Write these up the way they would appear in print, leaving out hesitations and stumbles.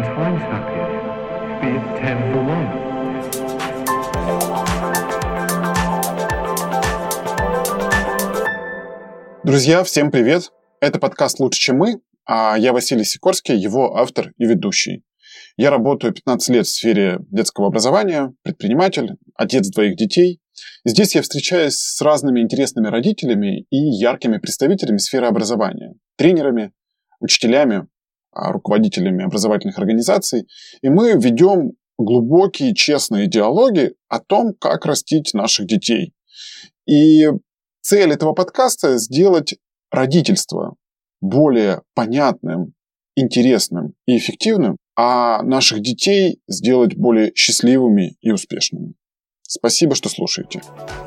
times happier. Be it 10 for 1. Друзья, всем привет! Это подкаст «Лучше, чем мы», а я Василий Сикорский, его автор и ведущий. Я работаю 15 лет в сфере детского образования, предприниматель, отец двоих детей. Здесь я встречаюсь с разными интересными родителями и яркими представителями сферы образования, тренерами, учителями, руководителями образовательных организаций. И мы ведем глубокие, честные диалоги о том, как растить наших детей. И цель этого подкаста – сделать родительство более понятным, интересным и эффективным, а наших детей сделать более счастливыми и успешными. Спасибо, что слушаете.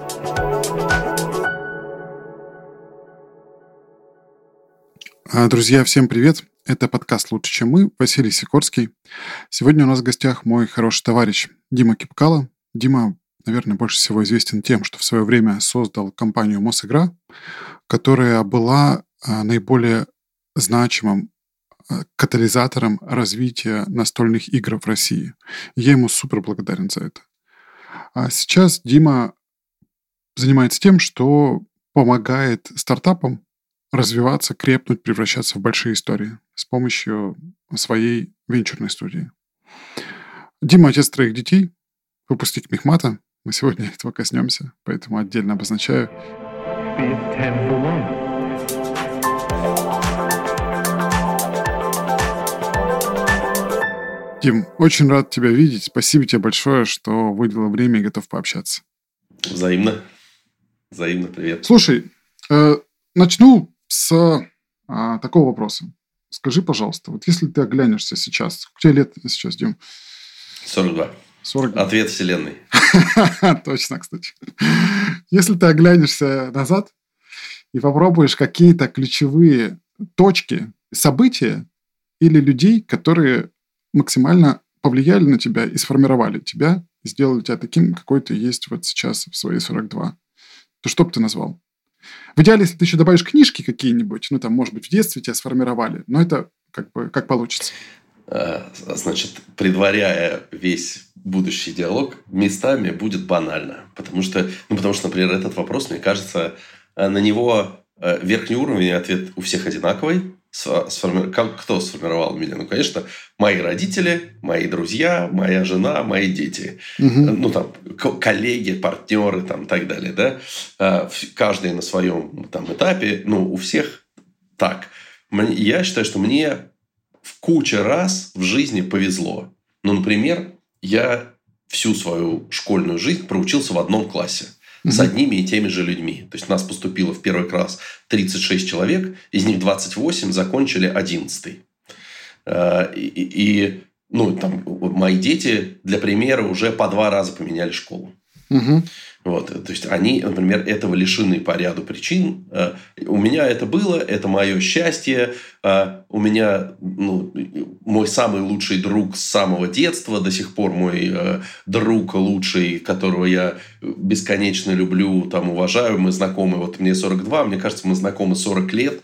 Друзья, всем привет. Это подкаст «Лучше, чем мы», Василий Сикорский. Сегодня у нас в гостях мой хороший товарищ Дима Кипкало. Дима, наверное, больше всего известен тем, что в свое время создал компанию Мосигра, которая была наиболее значимым катализатором развития настольных игр в России. Я ему супер благодарен за это. А сейчас Дима занимается тем, что помогает стартапам развиваться, крепнуть, превращаться в большие истории с помощью своей венчурной студии. Дима – отец троих детей, выпускник Мехмата. Мы сегодня этого коснемся, поэтому отдельно обозначаю. Дим, очень рад тебя видеть. Спасибо тебе большое, что выделил время и готов пообщаться. Взаимно. Взаимно, привет. Слушай, начну с такого вопроса. Скажи, пожалуйста, вот если ты оглянешься сейчас, сколько тебе лет сейчас, Дим? 42. 42. Ответ вселенной. Точно, кстати. Если ты оглянешься назад и попробуешь какие-то ключевые точки, события или людей, которые максимально повлияли на тебя и сформировали тебя, и сделали тебя таким, какой ты есть вот сейчас в свои 42, то что бы ты назвал? В идеале, если ты еще добавишь книжки какие-нибудь, ну, там, может быть, в детстве тебя сформировали, но это как получится. Значит, предваряя весь будущий диалог, местами будет банально. Потому что, например, этот вопрос, мне кажется, на него верхний уровень ответ у всех одинаковый. Кто сформировал меня? Ну, конечно, мои родители, мои друзья, моя жена, мои дети. Угу. Ну, там, коллеги, партнеры, там, и так далее. Да? Каждый на своем там этапе. Ну, у всех так. Я считаю, что мне в кучу раз в жизни повезло. Ну, например, я всю свою школьную жизнь проучился в одном классе. С одними и теми же людьми. То есть, нас поступило в первый класс 36 человек, из них 28 закончили 11-й. Ну, там, мои дети, для примера, уже по 2 раза поменяли школу. Вот, то есть, они, например, этого лишены по ряду причин. У меня это было, это мое счастье. У меня мой самый лучший друг с самого детства, до сих пор мой друг лучший, которого я бесконечно люблю, там, уважаю. Мы знакомы, вот мне 42, мне кажется, мы знакомы 40 лет.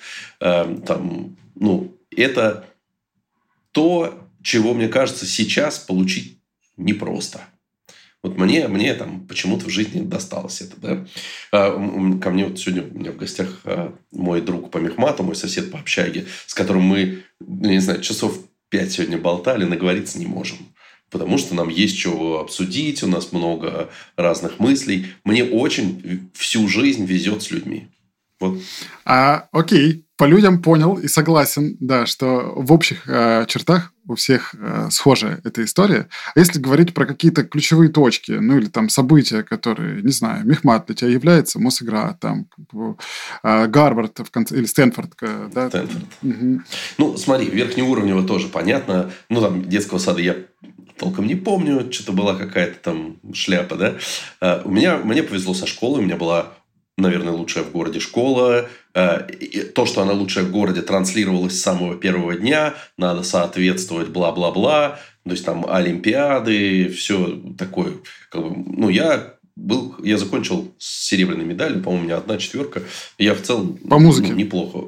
Это то, чего, мне кажется, сейчас получить непросто. Вот мне там почему-то в жизни досталось это, да. Ко мне вот сегодня у меня в гостях мой друг по Мехмату, мой сосед по общаге, с которым мы, не знаю, часов 5 сегодня болтали, наговориться не можем. Потому что нам есть чего обсудить, у нас много разных мыслей. Мне очень всю жизнь везет с людьми. Вот. Окей, по людям понял и согласен, да, что в общих чертах у всех схожая эта история. А если говорить про какие-то ключевые точки, ну или там события, которые, не знаю, Мехмат для тебя является, Мосигра, там Гарвард в конце, или Стэнфорд, да? Стэнфорд. Угу. Ну, смотри, верхнеуровнево тоже понятно. Ну, там, детского сада я толком не помню, что-то была какая-то там шляпа, да. Мне повезло со школой, у меня была, наверное, лучшая в городе школа. То, что она лучшая в городе, транслировалось с самого первого дня. Надо соответствовать, бла-бла-бла. То есть, там олимпиады, все такое. Я закончил с серебряной медалью. По-моему, у меня 1 четверка. Я в целом по музыке неплохо.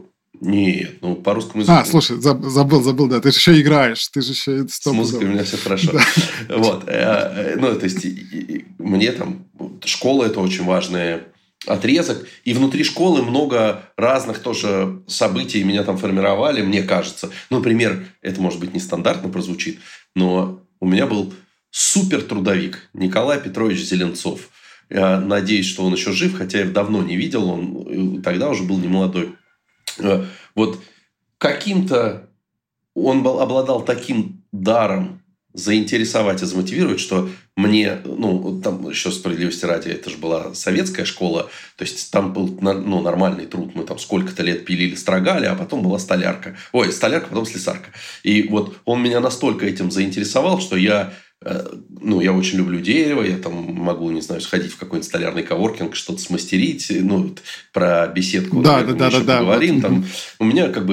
Нет, ну, по русскому языку. Слушай, забыл, да, ты же еще играешь, ты же еще... С музыкой у меня все хорошо. Да. Вот, ну, то есть, мне там, школа – это очень важный отрезок, и внутри школы много разных тоже событий меня там формировали, мне кажется. Ну, например, это, может быть, нестандартно прозвучит, но у меня был супер трудовик Николай Петрович Зеленцов. Я надеюсь, что он еще жив, хотя я его давно не видел, он тогда уже был не молодой. Вот каким-то он обладал таким даром заинтересовать и замотивировать, что мне, ну, там еще справедливости ради, это же была советская школа, то есть там был нормальный труд, мы там сколько-то лет пилили, строгали, а потом была столярка. Ой, столярка, потом слесарка. И вот он меня настолько этим заинтересовал, что я очень люблю дерево, я там могу, не знаю, сходить в какой-нибудь столярный коворкинг, что-то смастерить, ну, про беседку поговорим. Вот. Там, у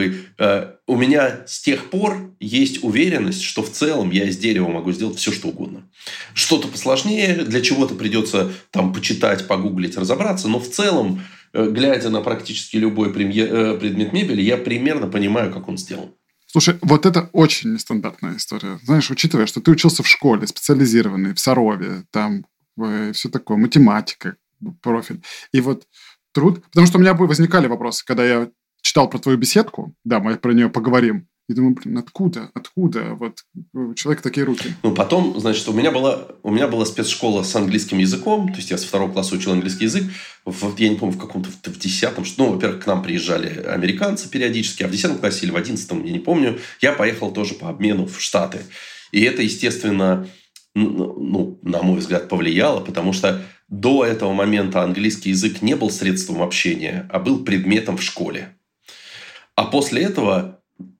меня с тех пор есть уверенность, что в целом я из дерева могу сделать все, что угодно. Что-то посложнее, для чего-то придется там почитать, погуглить, разобраться, но в целом, глядя на практически любой предмет мебели, я примерно понимаю, как он сделан. Слушай, вот это очень нестандартная история. Знаешь, учитывая, что ты учился в школе, специализированный, в Сарове, там все такое, математика, профиль. И вот труд... Потому что у меня возникали вопросы, когда я читал про твою беседку, да, мы про нее поговорим, и думаю, откуда вот у человека такие руки? Ну, потом, значит, у меня была спецшкола с английским языком, то есть я с 2 класса учил английский язык, я не помню, в каком-то, в 10-м, ну, во-первых, к нам приезжали американцы периодически, а в 10 классе или в 11-м, я не помню, я поехал тоже по обмену в Штаты. И это, естественно, ну, на мой взгляд, повлияло, потому что до этого момента английский язык не был средством общения, а был предметом в школе. А после этого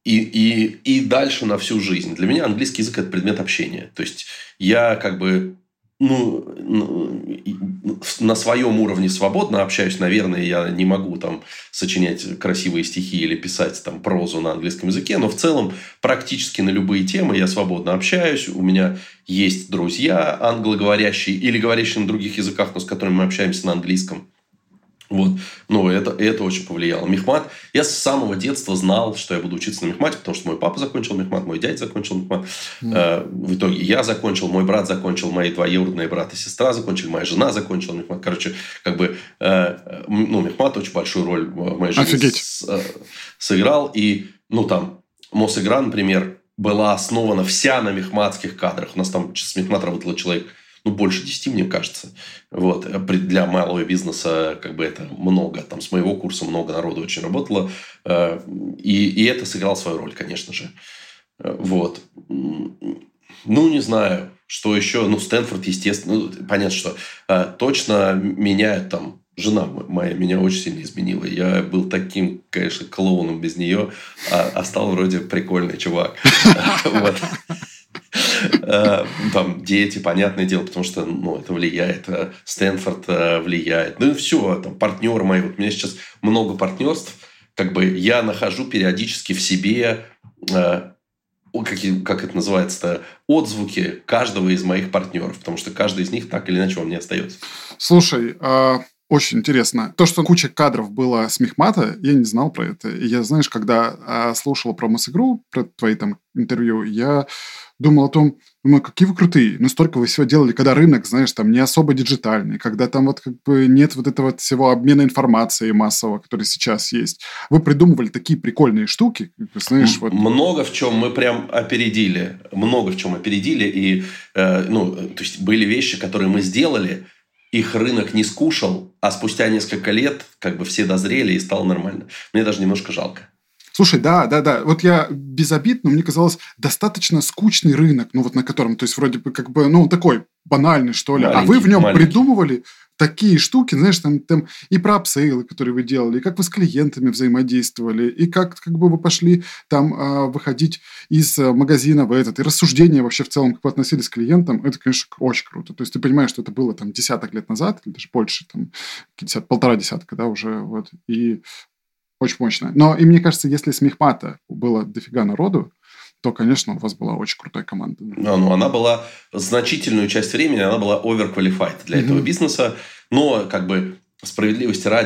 и дальше на всю жизнь. Для меня английский язык – это предмет общения. То есть, я как бы на своем уровне свободно общаюсь. Наверное, я не могу там сочинять красивые стихи или писать там прозу на английском языке, но в целом практически на любые темы я свободно общаюсь. У меня есть друзья англоговорящие или говорящие на других языках, но с которыми мы общаемся на английском. Вот. Ну, это очень повлияло. Мехмат. Я с самого детства знал, что я буду учиться на мехмате, потому что мой папа закончил мехмат, мой дядя закончил мехмат. В итоге я закончил, мой брат закончил, мои двоюродные брат и сестра закончили, моя жена закончила мехмат. Короче, как бы, мехмат очень большую роль в моей жизни сыграл. И, там, Мосигра, например, была основана вся на мехматских кадрах. У нас там с мехмат работало человек больше 10, мне кажется. Вот. Для малого бизнеса как бы это много. Там с моего курса много народу очень работало. И это сыграло свою роль, конечно же. Вот. Не знаю, что еще. Стэнфорд, естественно. Понятно, что точно меняют там. Жена моя меня очень сильно изменила. Я был таким, конечно, клоуном без нее, а стал вроде прикольный чувак. Вот. Там дети, понятное дело, потому что это влияет, Стэнфорд влияет. Ну и все, там партнеры мои. Вот у меня сейчас много партнерств. Как бы я нахожу периодически в себе, как это называется-то, отзвуки каждого из моих партнеров. Потому что каждый из них так или иначе во мне остается. Слушай, очень интересно. То, что куча кадров было с мехмата, я не знал про это. И я, знаешь, когда слушал про Мосигру, про твои там интервью, я думал о том, какие вы крутые. Столько вы всего делали, когда рынок, знаешь, там не особо диджитальный, когда там вот как бы нет вот этого всего обмена информацией массового, который сейчас есть. Вы придумывали такие прикольные штуки, знаешь, вот. Много в чем мы прям опередили. И, то есть, были вещи, которые мы сделали, их рынок не скушал, а спустя несколько лет как бы все дозрели и стало нормально. Мне даже немножко жалко. Слушай, да. Вот я без обид, но мне казалось, достаточно скучный рынок, на котором, то есть, вроде бы, как бы, такой банальный, что ли. А вы в нем придумывали такие штуки, знаешь, там и про апсейлы, которые вы делали, и как вы с клиентами взаимодействовали, и как бы вы пошли там выходить из магазина в этот, и рассуждения вообще в целом, как вы относились к клиентам, это, конечно, очень круто. То есть, ты понимаешь, что это было там десяток лет назад, или даже больше, там, полтора десятка, да, уже, вот, и очень мощно. Но, и мне кажется, если с мехмата было дофига народу, то, конечно, у вас была очень крутая команда. Она была значительную часть времени, она была overqualified для этого бизнеса. Но, как бы, справедливости ради,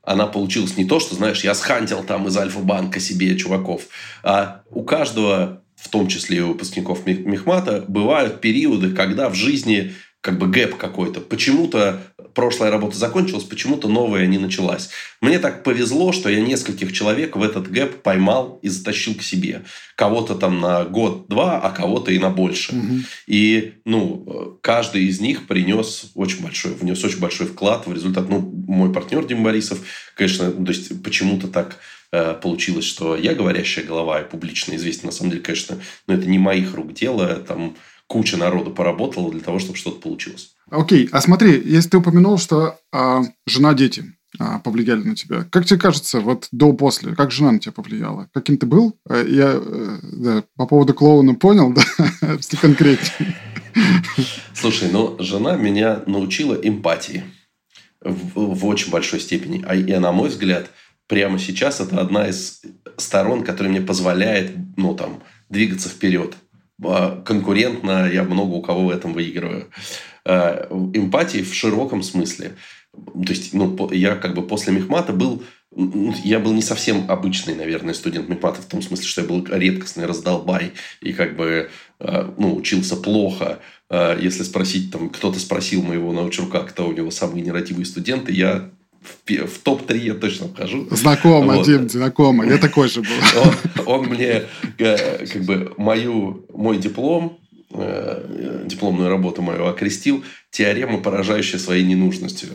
она получилась не то, что, знаешь, я схантил там из Альфа-банка себе чуваков, а у каждого, в том числе и у выпускников Мехмата, бывают периоды, когда в жизни как бы гэп какой-то. Почему-то прошлая работа закончилась, почему-то новая не началась. Мне так повезло, что я нескольких человек в этот гэп поймал и затащил к себе. Кого-то там на год-два, а кого-то и на больше. И, каждый из них внес очень большой вклад в результат. Мой партнер Дима Борисов, конечно, то есть почему-то так получилось, что я говорящая голова и публично известен. На самом деле, конечно, это не моих рук дело. Там куча народу поработала для того, чтобы что-то получилось. Окей, а смотри, если ты упомянул, что жена, дети повлияли на тебя. Как тебе кажется, вот до-после, как жена на тебя повлияла? Каким ты был? Я по поводу клоуна понял, да? Если конкретнее. Слушай, жена меня научила эмпатии в очень большой степени. И, на мой взгляд, прямо сейчас это одна из сторон, которая мне позволяет, двигаться вперед. Конкурентно я много у кого в этом выигрываю. Эмпатии в широком смысле. То есть, я как бы после Мехмата был... Я был не совсем обычный, наверное, студент Мехмата, в том смысле, что я был редкостный раздолбай и как бы учился плохо. Если спросить, кто-то спросил моего научрука, кто у него самые нерадивые студенты, я в топ-3 я точно вхожу. Знакомо, вот. Дим, знакомо. Я такой же был. Он мне как бы мой диплом, дипломную работу мою окрестил «Теорема, поражающая своей ненужностью».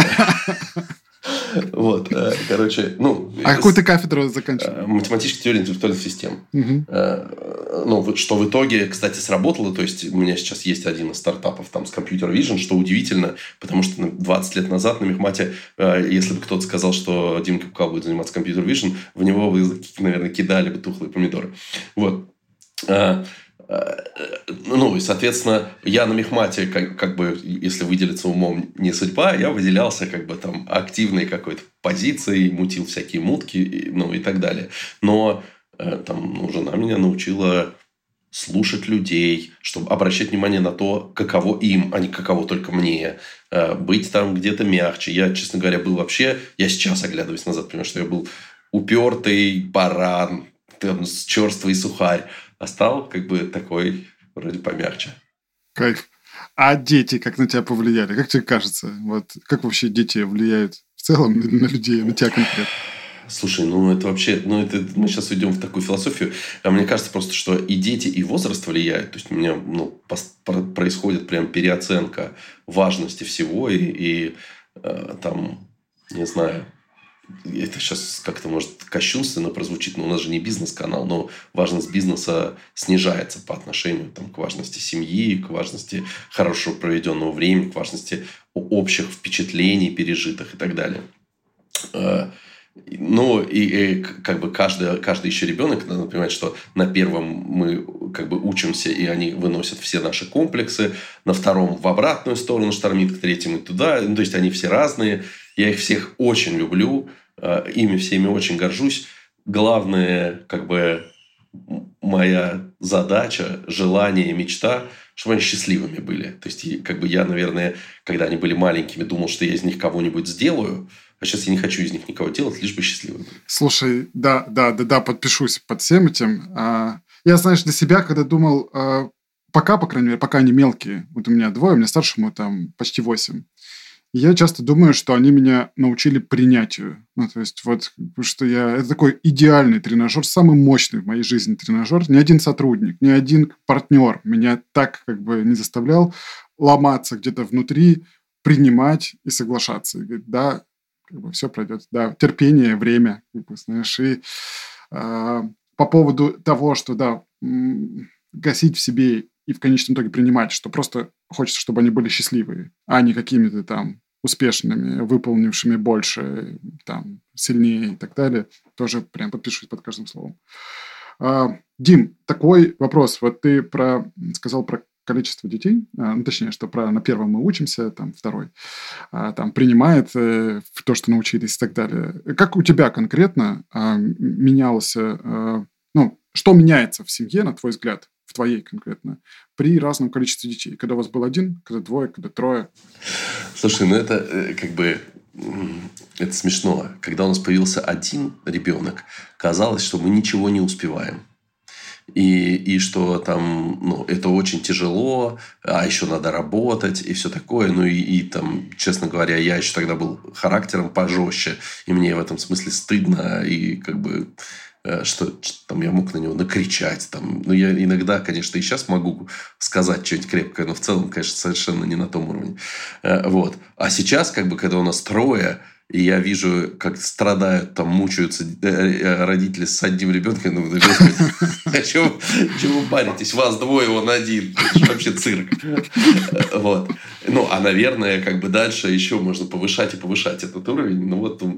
Вот, короче, А какую ты кафедру заканчивал? Математическая теория интеллектуальных систем. Что в итоге, кстати, сработало. То есть, у меня сейчас есть один из стартапов там с Computer Vision, что удивительно, потому что 20 лет назад на Мехмате, если бы кто-то сказал, что Дима Капкал будет заниматься Computer Vision, в него вы, наверное, кидали бы тухлые помидоры. Вот. И, соответственно, я на Мехмате, как бы, если выделиться умом не судьба, я выделялся как бы там активной какой-то позицией, мутил всякие мутки, и так далее. Но жена меня научила слушать людей, чтобы обращать внимание на то, каково им, а не каково только мне. Быть там где-то мягче. Я, честно говоря, был вообще... Я сейчас, оглядываясь назад, понимаю, что я был упертый баран, черствый сухарь. А стал как бы такой вроде помягче. Кайф. А дети как на тебя повлияли? Как тебе кажется? Вот как вообще дети влияют в целом на людей, на тебя конкретно? Слушай, это вообще... мы сейчас уйдем в такую философию. А мне кажется просто, что и дети, и возраст влияют. То есть, у меня происходит прям переоценка важности всего. И не знаю... Это сейчас как-то, может, кощунственно прозвучит, но у нас же не бизнес-канал, но важность бизнеса снижается по отношению к важности семьи, к важности хорошего проведенного времени, к важности общих впечатлений, пережитых и так далее. Как бы каждый еще ребенок надо понимать, что на первом мы как бы учимся, и они выносят все наши комплексы, на втором в обратную сторону штормит, к третьему туда. То есть, они все разные. Я их всех очень люблю, ими всеми очень горжусь. Главное, как бы, моя задача, желание, мечта, чтобы они счастливыми были. То есть, как бы я, наверное, когда они были маленькими, думал, что я из них кого-нибудь сделаю, а сейчас я не хочу из них никого делать, лишь бы счастливыми были. Слушай, да, подпишусь под всем этим. Я, знаешь, для себя, когда думал, пока, по крайней мере, пока они мелкие, вот у меня двое, у меня старшему там почти 8. Я часто думаю, что они меня научили принятию. То есть, что это такой идеальный тренажер, самый мощный в моей жизни тренажер. Ни один сотрудник, ни один партнер меня так как бы не заставлял ломаться где-то внутри, принимать и соглашаться. И говорить, да, как бы все пройдет. Да, терпение, время, как бы, знаешь. И по поводу того, что, да, гасить в себе и в конечном итоге принимать, что просто хочется, чтобы они были счастливые, а не какими-то там успешными, выполнившими больше, там, сильнее и так далее. Тоже прям подпишусь под каждым словом. Дим, такой вопрос. Вот ты сказал про количество детей, точнее, что на первом мы учимся, там второй там принимает то, что научились и так далее. Как у тебя конкретно менялся, что меняется в семье, на твой взгляд, в твоей конкретно, при разном количестве детей? Когда у вас был один, когда двое, когда трое? Слушай, это как бы это смешно. Когда у нас появился один ребенок, казалось, что мы ничего не успеваем. И что там, это очень тяжело, а еще надо работать и все такое. И там, честно говоря, я еще тогда был характером пожестче, и мне в этом смысле стыдно, и что там я мог на него накричать. Я иногда, конечно, и сейчас могу сказать что-нибудь крепкое, но в целом, конечно, совершенно не на том уровне. Вот. А сейчас, когда у нас трое, и я вижу, как страдают, там мучаются родители с одним ребенком. Я думаю, господи, чего вы паритесь? Вас двое, он один. Это же вообще цирк. Вот. Наверное, дальше еще можно повышать и повышать этот уровень.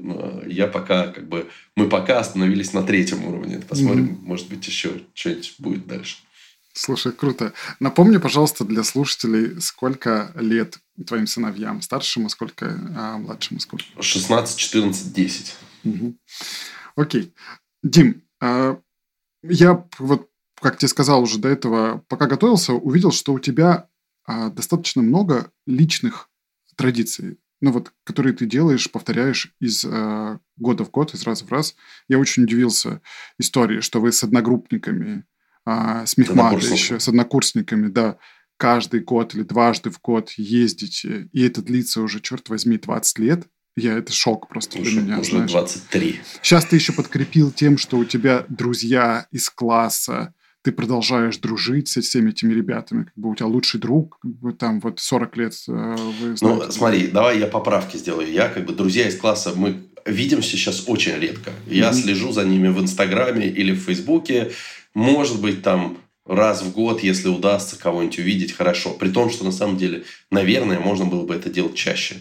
Мы пока остановились на 3-м уровне. Посмотрим, может быть, еще что-нибудь будет дальше. Слушай, круто. Напомни, пожалуйста, для слушателей, сколько лет твоим сыновьям? Старшему сколько, а младшему сколько? 16, 14, 10. Угу. Окей. Дим, я, как тебе сказал уже до этого, пока готовился, увидел, что у тебя достаточно много личных традиций, которые ты делаешь, повторяешь из года в год, из раза в раз. Я очень удивился истории, что вы с одногруппниками, с Мехмата, с однокурсниками, да, каждый год или дважды в год ездите, и это длится уже, черт возьми, 20 лет. Это шок просто для меня. Уже 23. Сейчас ты еще подкрепил тем, что у тебя друзья из класса, ты продолжаешь дружить со всеми этими ребятами, у тебя лучший друг, 40 лет вы знаете. Смотри, давай я поправки сделаю. Я друзья из класса, мы видимся сейчас очень редко. Я слежу за ними в Инстаграме или в Фейсбуке. Может быть, там раз в год, если удастся кого-нибудь увидеть, хорошо. При том, что на самом деле, наверное, можно было бы это делать чаще.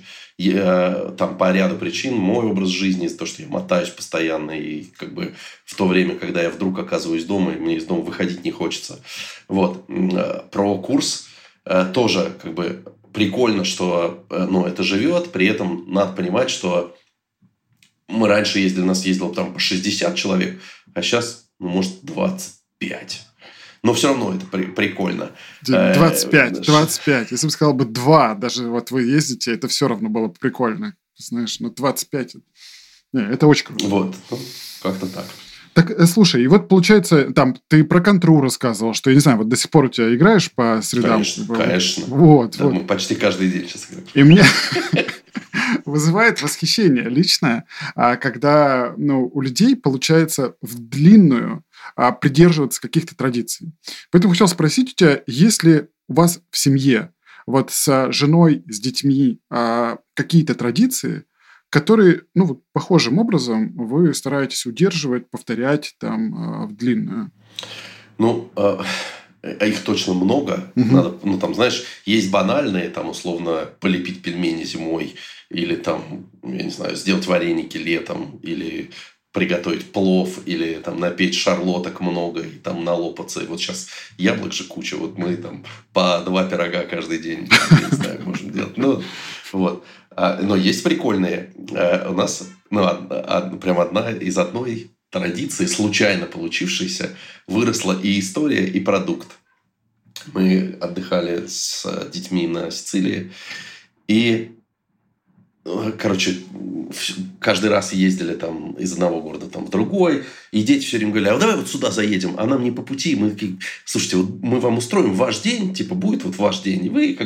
По ряду причин мой образ жизни, из-за того, что я мотаюсь постоянно, и в то время, когда я вдруг оказываюсь дома, и мне из дома выходить не хочется. Вот. Про курс тоже прикольно, что это живет. При этом надо понимать, что мы раньше ездили, нас ездило там по 60 человек, а сейчас, может, 25. Но все равно это прикольно. 25. Если бы сказал 2, даже вы ездите, это все равно было бы прикольно. Знаешь, 25. Это очень круто. Вот, как-то так. Так, слушай, и получается, ты про контру рассказывал, что, я не знаю, до сих пор у тебя играешь по средам? Конечно. Мы почти каждый день сейчас играем. И мне вызывает восхищение личное, когда у людей получается в длинную придерживаться каких-то традиций. Поэтому хотел спросить у тебя, есть ли у вас в семье с женой, с детьми какие-то традиции, которые, похожим образом вы стараетесь удерживать, повторять в длинную? Их точно много. Надо, знаешь, есть банальные, условно, полепить пельмени зимой, или я не знаю, сделать вареники летом, или приготовить плов, или напечь шарлоток много, и налопаться. И вот сейчас яблок же куча. Мы по 2 пирога каждый день, не знаю, можем делать. Но есть прикольные. У нас прям из одной традиции, случайно получившейся, выросла и история, и продукт. Мы отдыхали с детьми на Сицилии. И, каждый раз ездили из одного города в другой. И дети все время говорили, давай сюда заедем. А нам не по пути. Мы такие, слушайте, мы вам устроим ваш день. Будет ваш день. И вы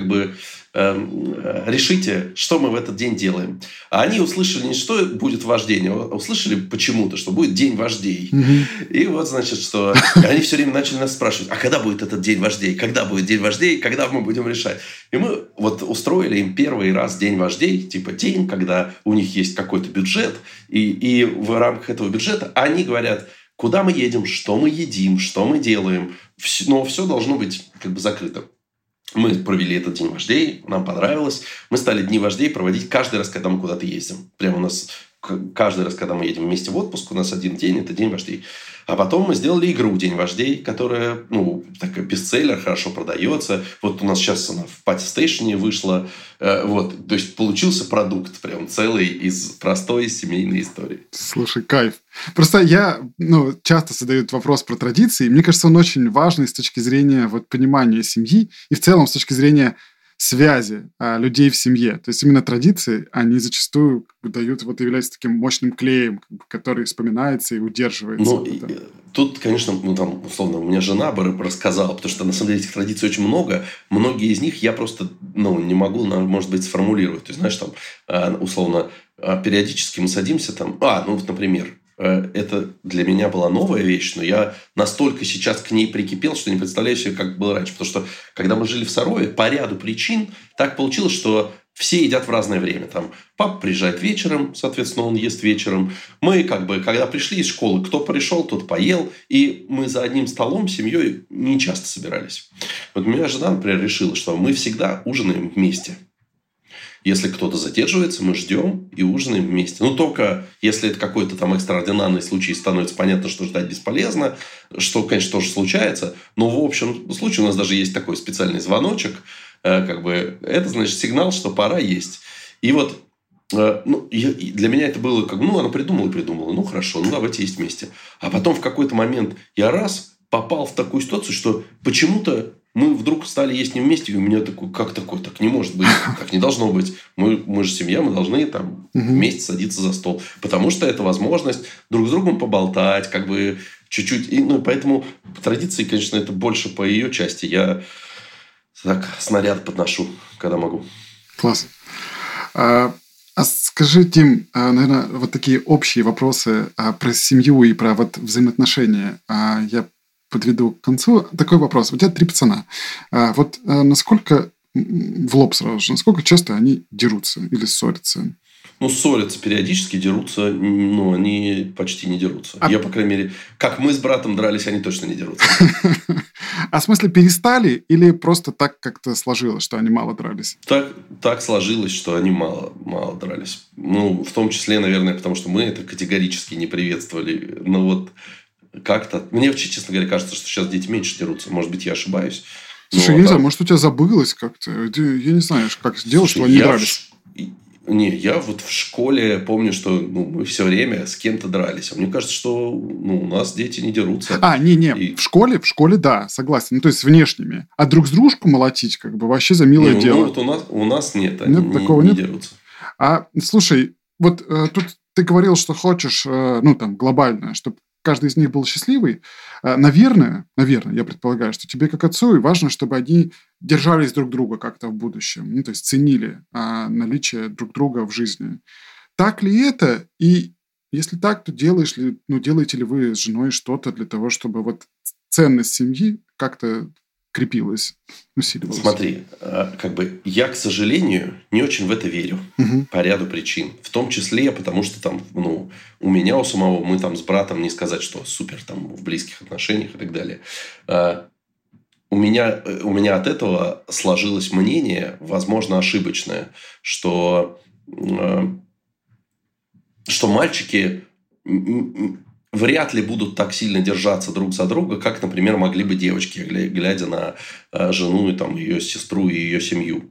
решите, что мы в этот день делаем. А они услышали не что будет ваш день, а услышали почему-то, что будет день вождей. И что они все время начали нас спрашивать, а когда будет этот день вождей? Когда будет день вождей? Когда мы будем решать? И мы устроили им первый раз день вождей, день, когда у них есть какой-то бюджет, и в рамках этого бюджета они говорят, куда мы едем, что мы едим, что мы делаем. Но все должно быть закрыто. Мы провели этот день вождей, нам понравилось. Мы стали дни вождей проводить каждый раз, когда мы куда-то ездим. Прямо у нас каждый раз, когда мы едем вместе в отпуск, у нас один день – это день вождей. А потом мы сделали игру «День вождей», которая, такой бестселлер, хорошо продается. Вот у нас сейчас она в Party Station вышла. То есть, получился продукт прям целый из простой семейной истории. Слушай, кайф. Просто я часто задают вопрос про традиции. Мне кажется, он очень важный с точки зрения понимания семьи и в целом с точки зрения связи людей в семье. То есть именно традиции, они зачастую дают, вот являются таким мощным клеем, который вспоминается и удерживается. Ну, тут, конечно, там, условно, у меня жена бы рассказала, потому что, на самом деле, этих традиций очень много. Многие из них я просто, не могу, может быть, сформулировать. То есть, знаешь, там, условно, периодически мы садимся там... например, это для меня была новая вещь, но я настолько сейчас к ней прикипел, что не представляю себе, как было раньше. Потому что, когда мы жили в Сарове, по ряду причин так получилось, что все едят в разное время. Там папа приезжает вечером, соответственно, он ест вечером. Мы, когда пришли из школы, кто пришел, тот поел. И мы за одним столом с семьей не часто собирались. Вот у меня жена, например, решила, что мы всегда ужинаем вместе. Если кто-то задерживается, мы ждем и ужинаем вместе. Только если это какой-то там экстраординарный случай, становится понятно, что ждать бесполезно, что, конечно, тоже случается. Но в общем случае у нас даже есть такой специальный звоночек. Это, значит, сигнал, что пора есть. И вот для меня это было она придумала и придумала. Хорошо, давайте есть вместе. А потом в какой-то момент я попал в такую ситуацию, что почему-то мы вдруг стали есть не вместе, и у меня как такое? Так не может быть, так не должно быть. Мы же семья, мы должны там вместе садиться за стол. Потому что это возможность друг с другом поболтать, чуть-чуть. И, поэтому по традиции, конечно, это больше по ее части. Я так снаряд подношу, когда могу. Класс. А скажи, Тим, наверное, вот такие общие вопросы про семью и про взаимоотношения. Я подведу к концу. Такой вопрос. У тебя 3 пацана. Насколько, в лоб сразу же, насколько часто они дерутся или ссорятся? Ссорятся периодически, дерутся. Они почти не дерутся. Я, по крайней мере, как мы с братом дрались, они точно не дерутся. А в смысле перестали или просто так как-то сложилось, что они мало дрались? Так сложилось, что они мало дрались. В том числе, наверное, потому что мы это категорически не приветствовали. Как-то... Мне, честно говоря, кажется, что сейчас дети меньше дерутся. Может быть, я ошибаюсь. Слушай, я не знаю, может, у тебя забылось как-то? Я не знаю, как сделать, чтобы они дрались. Я в школе помню, что мы все время с кем-то дрались. А мне кажется, что у нас дети не дерутся. В школе, да, согласен. То есть, с внешними. А друг с дружку молотить, вообще за милое дело. У нас нет, они не дерутся. Слушай, тут ты говорил, что хочешь, глобально, чтобы каждый из них был счастливый. Наверное, я предполагаю, что тебе как отцу и важно, чтобы они держались друг друга как-то в будущем. То есть ценили наличие друг друга в жизни. Так ли это? И если так, то делаете ли вы с женой что-то для того, чтобы ценность семьи как-то крепилась, усиливалась? Смотри, я, к сожалению, не очень в это верю по ряду причин. В том числе, потому что у меня у самого, мы с братом не сказать, что супер в близких отношениях и так далее. У меня от этого сложилось мнение, возможно, ошибочное, что мальчики вряд ли будут так сильно держаться друг за друга, как, например, могли бы девочки, глядя на жену, и ее сестру и ее семью.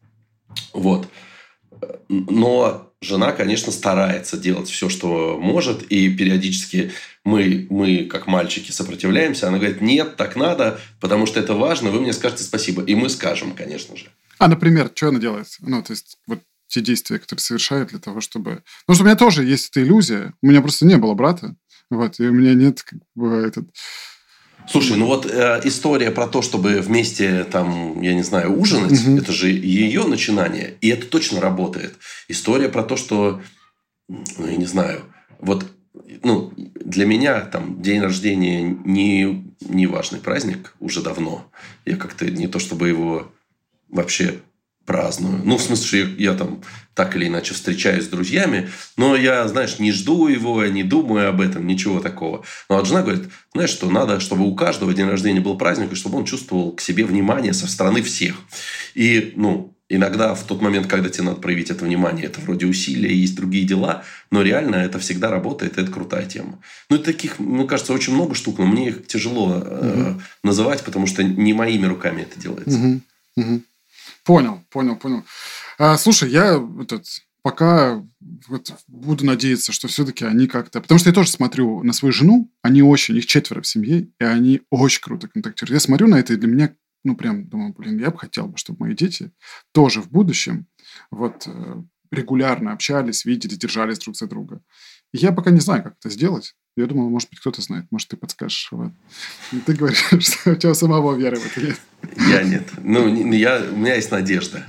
Но жена, конечно, старается делать все, что может, и периодически мы, как мальчики, сопротивляемся. Она говорит, нет, так надо, потому что это важно, вы мне скажете спасибо. И мы скажем, конечно же. Например, что она делает? Те действия, которые совершает для того, чтобы... Потому что у меня тоже есть эта иллюзия. У меня просто не было брата. И у меня нет Слушай, история про то, чтобы вместе, я не знаю, ужинать, это же ее начинание. И это точно работает. История про то, что, я не знаю, для меня день рождения не важный праздник уже давно. Я как-то не то, чтобы его вообще праздную. В смысле, я так или иначе встречаюсь с друзьями, но я, не жду его, я не думаю об этом, ничего такого. Но жена говорит, что надо, чтобы у каждого день рождения был праздник, и чтобы он чувствовал к себе внимание со стороны всех. И, иногда в тот момент, когда тебе надо проявить это внимание, это вроде усилия, есть другие дела, но реально это всегда работает, и это крутая тема. Таких, мне кажется, очень много штук, но мне их тяжело называть, потому что не моими руками это делается. Понял. Слушай, я пока буду надеяться, что все-таки они как-то... Потому что я тоже смотрю на свою жену, их 4 в семье, и они очень круто контактируют. Я смотрю на это, и для меня прям думаю, я бы хотел, чтобы мои дети тоже в будущем регулярно общались, виделись, держались друг за друга. И я пока не знаю, как это сделать. Я думал, может быть, кто-то знает, может, ты подскажешь. И ты говоришь, что у тебя самого веры в это нет. Я нет. У меня есть надежда.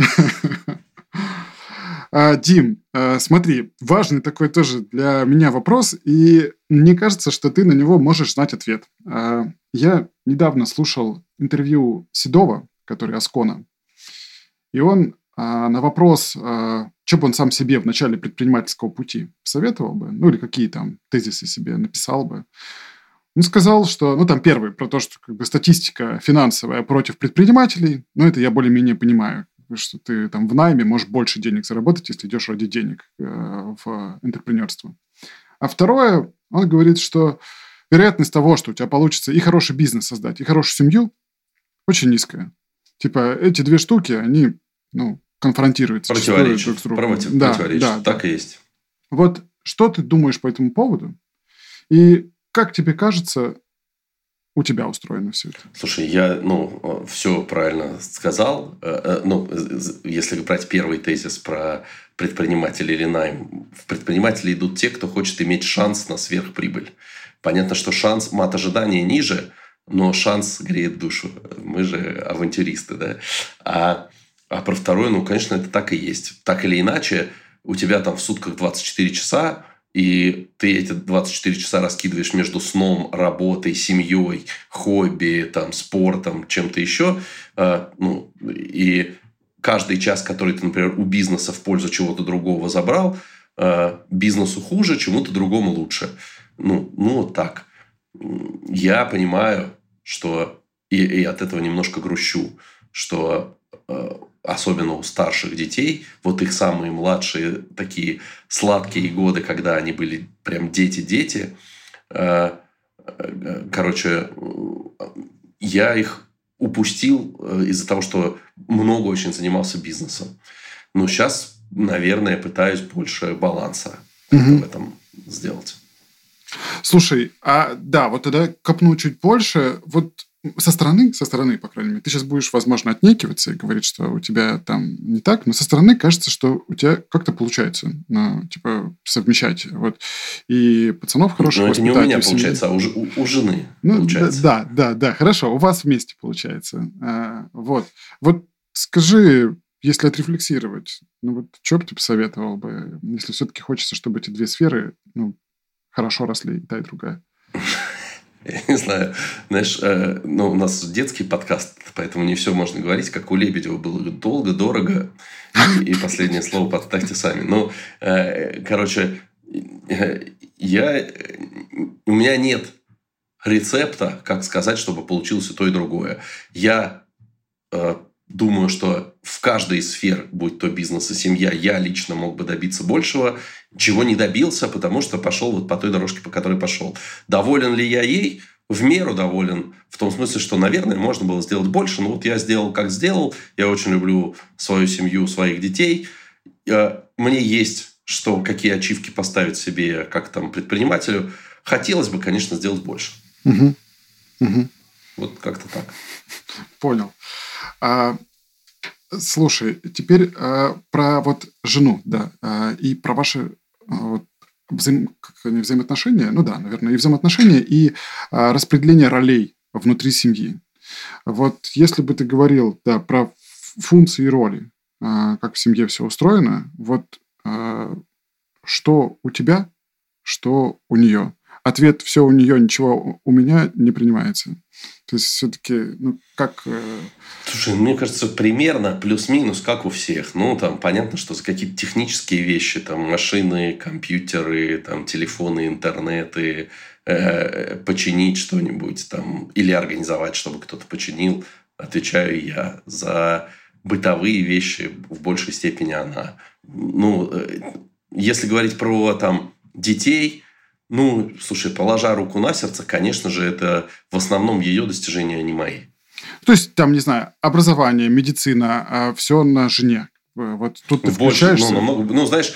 Дим, смотри, важный такой тоже для меня вопрос, и мне кажется, что ты на него можешь знать ответ. Я недавно слушал интервью Седова, который Аскона, и он на вопрос, что бы он сам себе в начале предпринимательского пути посоветовал бы, или какие там тезисы себе написал бы, он сказал, что, первый, про то, что статистика финансовая против предпринимателей, это я более-менее понимаю, что ты там в найме можешь больше денег заработать, если идешь ради денег в энтерпренерство. А второе, он говорит, что вероятность того, что у тебя получится и хороший бизнес создать, и хорошую семью, очень низкая. Эти две штуки, они, конфронтируются. Противоречат. Друг с другом. Противоречат. Так и есть. Что ты думаешь по этому поводу? И как тебе кажется, у тебя устроено все это? Слушай, я, все правильно сказал. Если брать первый тезис про предпринимателей или найм, в предприниматели идут те, кто хочет иметь шанс на сверхприбыль. Понятно, что мат ожидания ниже, но шанс греет душу. Мы же авантюристы, да? А про второе, конечно, это так и есть. Так или иначе, у тебя там в сутках 24 часа, и ты эти 24 часа раскидываешь между сном, работой, семьей, хобби, спортом, чем-то еще. И каждый час, который ты, например, у бизнеса в пользу чего-то другого забрал, бизнесу хуже, чему-то другому лучше. Так. Я понимаю, что и от этого немножко грущу, что особенно у старших детей, их самые младшие такие сладкие годы, когда они были прям дети-дети, я их упустил из-за того, что много очень занимался бизнесом. Но сейчас, наверное, пытаюсь больше баланса в этом сделать. Слушай, тогда копну чуть больше. Со стороны, по крайней мере, ты сейчас будешь, возможно, отнекиваться и говорить, что у тебя там не так, но со стороны кажется, что у тебя как-то получается, совмещать. И пацанов хороших воспитать. Но это не у меня получается, а у жены получается. Да, хорошо, у вас вместе получается. Скажи, если отрефлексировать, что бы ты посоветовал бы, если все-таки хочется, чтобы эти две сферы, хорошо росли, и та, и другая? Я не знаю. Знаешь, у нас детский подкаст, поэтому не все можно говорить, как у Лебедева было долго, дорого. И последнее слово подставьте сами. У меня нет рецепта, как сказать, чтобы получилось и то, и другое. Я думаю, что в каждой из сфер, будь то бизнес и семья, я лично мог бы добиться большего, чего не добился, потому что пошел по той дорожке, по которой пошел. Доволен ли я ей? В меру доволен. В том смысле, что, наверное, можно было сделать больше. Но я сделал, как сделал. Я очень люблю свою семью, своих детей. Мне есть какие ачивки поставить себе, как предпринимателю. Хотелось бы, конечно, сделать больше. Как-то так. Понял. Слушай, теперь про жену, и про ваши взаимоотношения, наверное, и взаимоотношения, и распределение ролей внутри семьи. Если бы ты говорил, про функции и роли, как в семье все устроено, что у тебя, что у нее. Ответ «все у нее, ничего у меня» не принимается. То есть, все-таки, как... Слушай, мне кажется, примерно плюс-минус, как у всех. Понятно, что за какие-то технические вещи, машины, компьютеры, телефоны, интернеты, починить что-нибудь, или организовать, чтобы кто-то починил, отвечаю я. За бытовые вещи в большей степени она. Если говорить про детей... слушай, положа руку на сердце, конечно же, это в основном ее достижения, а не мои. То есть, не знаю, образование, медицина, все на жене. Тут ты включаешься... знаешь,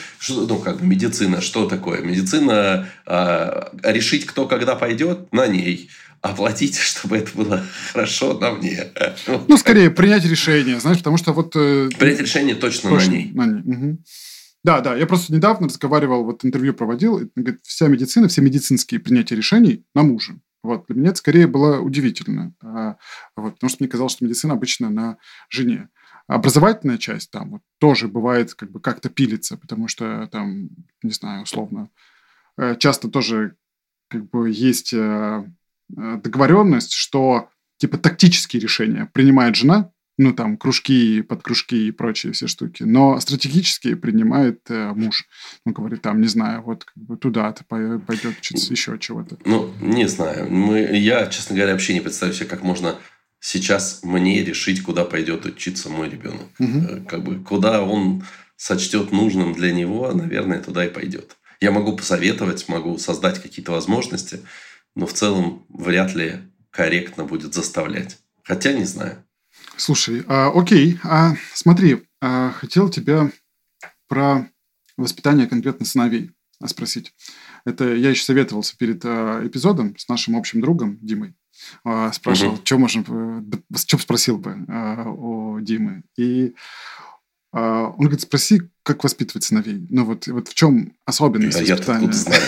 медицина, что такое? Медицина, решить, кто когда пойдет, на ней. оплатить, чтобы это было хорошо на мне. Ну, скорее, принять решение, знаешь, потому что вот... Принять решение точно на ней. Угу. Да, я просто недавно разговаривал, вот интервью проводил, и, говорит, вся медицина, все медицинские принятия решений на муже. Вот. Для меня это скорее было удивительно. Вот, потому что мне казалось, что медицина обычно на жене. Образовательная часть там вот, тоже бывает как бы как-то пилится, потому что там, не знаю, условно, часто тоже как бы есть договоренность, что типа тактические решения принимает жена, ну там кружки, подкружки и прочие все штуки, но стратегические принимает муж. Он говорит, там, не знаю, вот как бы туда-то пойдет учиться еще чего-то. Ну, не знаю. Я, честно говоря, вообще не представляю себе, как можно сейчас мне решить, куда пойдет учиться мой ребенок. Угу. Как бы, куда он сочтет нужным для него, наверное, туда и пойдет. Я могу посоветовать, могу создать какие-то возможности, но в целом вряд ли корректно будет заставлять. Хотя не знаю. Слушай, окей, смотри, хотел тебя про воспитание конкретно сыновей спросить. Это я еще советовался перед эпизодом с нашим общим другом Димой. Спрашивал, что спросил бы у Димы. И он говорит, спроси, как воспитывать сыновей. Ну вот в чем особенность воспитания? Я-то откуда знаю.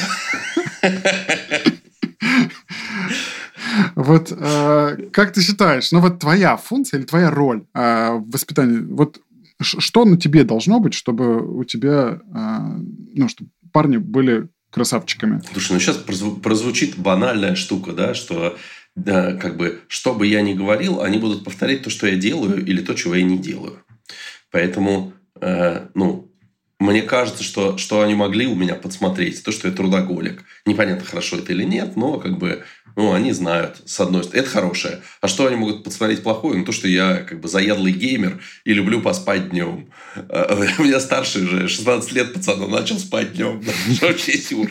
Вот как ты считаешь, ну вот твоя функция или твоя роль в воспитании, вот что на тебе должно быть, чтобы у тебя, ну, чтобы парни были красавчиками? Слушай, ну сейчас прозвучит банальная штука, да, что как бы, что бы я ни говорил, они будут повторять то, что я делаю, или то, чего я не делаю. Поэтому, мне кажется, что они могли у меня подсмотреть, то, что я трудоголик. Непонятно, хорошо это или нет, но как бы, они знают, с одной стороны. Это хорошее. А что они могут подсмотреть плохое? Ну, то, что я как бы заядлый геймер и люблю поспать днем. У меня старший уже 16 лет, пацан, он начал спать днем. Вообще сюр.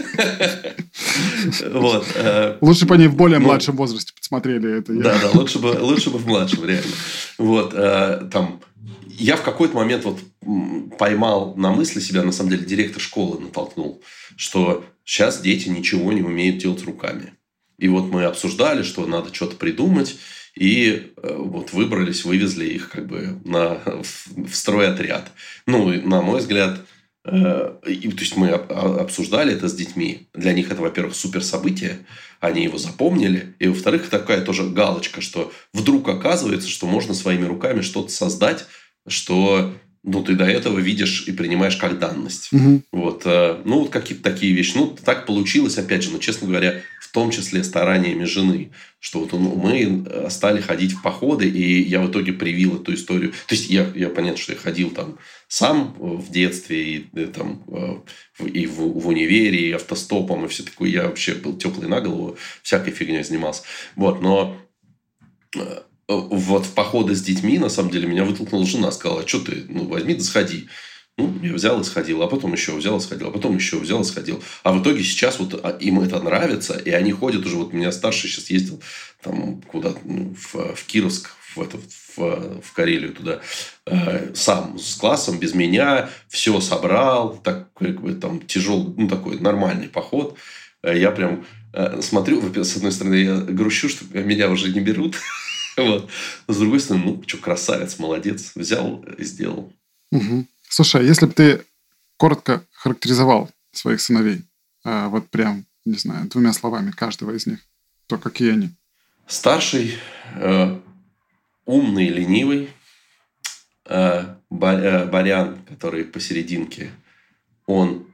Лучше бы они в более младшем возрасте подсмотрели это. Да, лучше бы в младшем, реально. Вот, там... Я в какой-то момент вот поймал на мысли себя, на самом деле, директор школы натолкнул, что сейчас дети ничего не умеют делать руками. И вот мы обсуждали, что надо что-то придумать, и вот вывезли их как бы в стройотряд. Ну, на мой взгляд, то есть мы обсуждали это с детьми. Для них это, во-первых, супер событие, они его запомнили. И, во-вторых, такая тоже галочка, что вдруг оказывается, что можно своими руками что-то создать, что ты до этого видишь и принимаешь как данность. Угу. Вот какие-то такие вещи. Так получилось, опять же, честно говоря, в том числе стараниями жены, что вот мы стали ходить в походы, и я в итоге привил эту историю. То есть я понятно, что я ходил там сам в детстве, и там и в универе, и автостопом, и все такое. Я вообще был теплый на голову, всякой фигней занимался. Вот, но вот в походы с детьми, на самом деле, меня вытолкнула жена. Сказала, а что ты, возьми да сходи. Я взял и сходил, а потом еще взял и сходил, а потом еще взял и сходил. А в итоге сейчас вот им это нравится, и они ходят уже. Вот у меня старший сейчас ездил там куда-то, в Кировск, в Карелию туда, сам с классом, без меня, все собрал, так как бы там тяжелый, такой нормальный поход. Я прям смотрю, с одной стороны, я грущу, что меня уже не берут. Вот. Но с другой стороны, красавец, молодец. Взял и сделал. Угу. Слушай, а если бы ты коротко характеризовал своих сыновей, вот прям, не знаю, 2 словами каждого из них, то какие они? Старший, умный, ленивый. Барян, который посерединке, он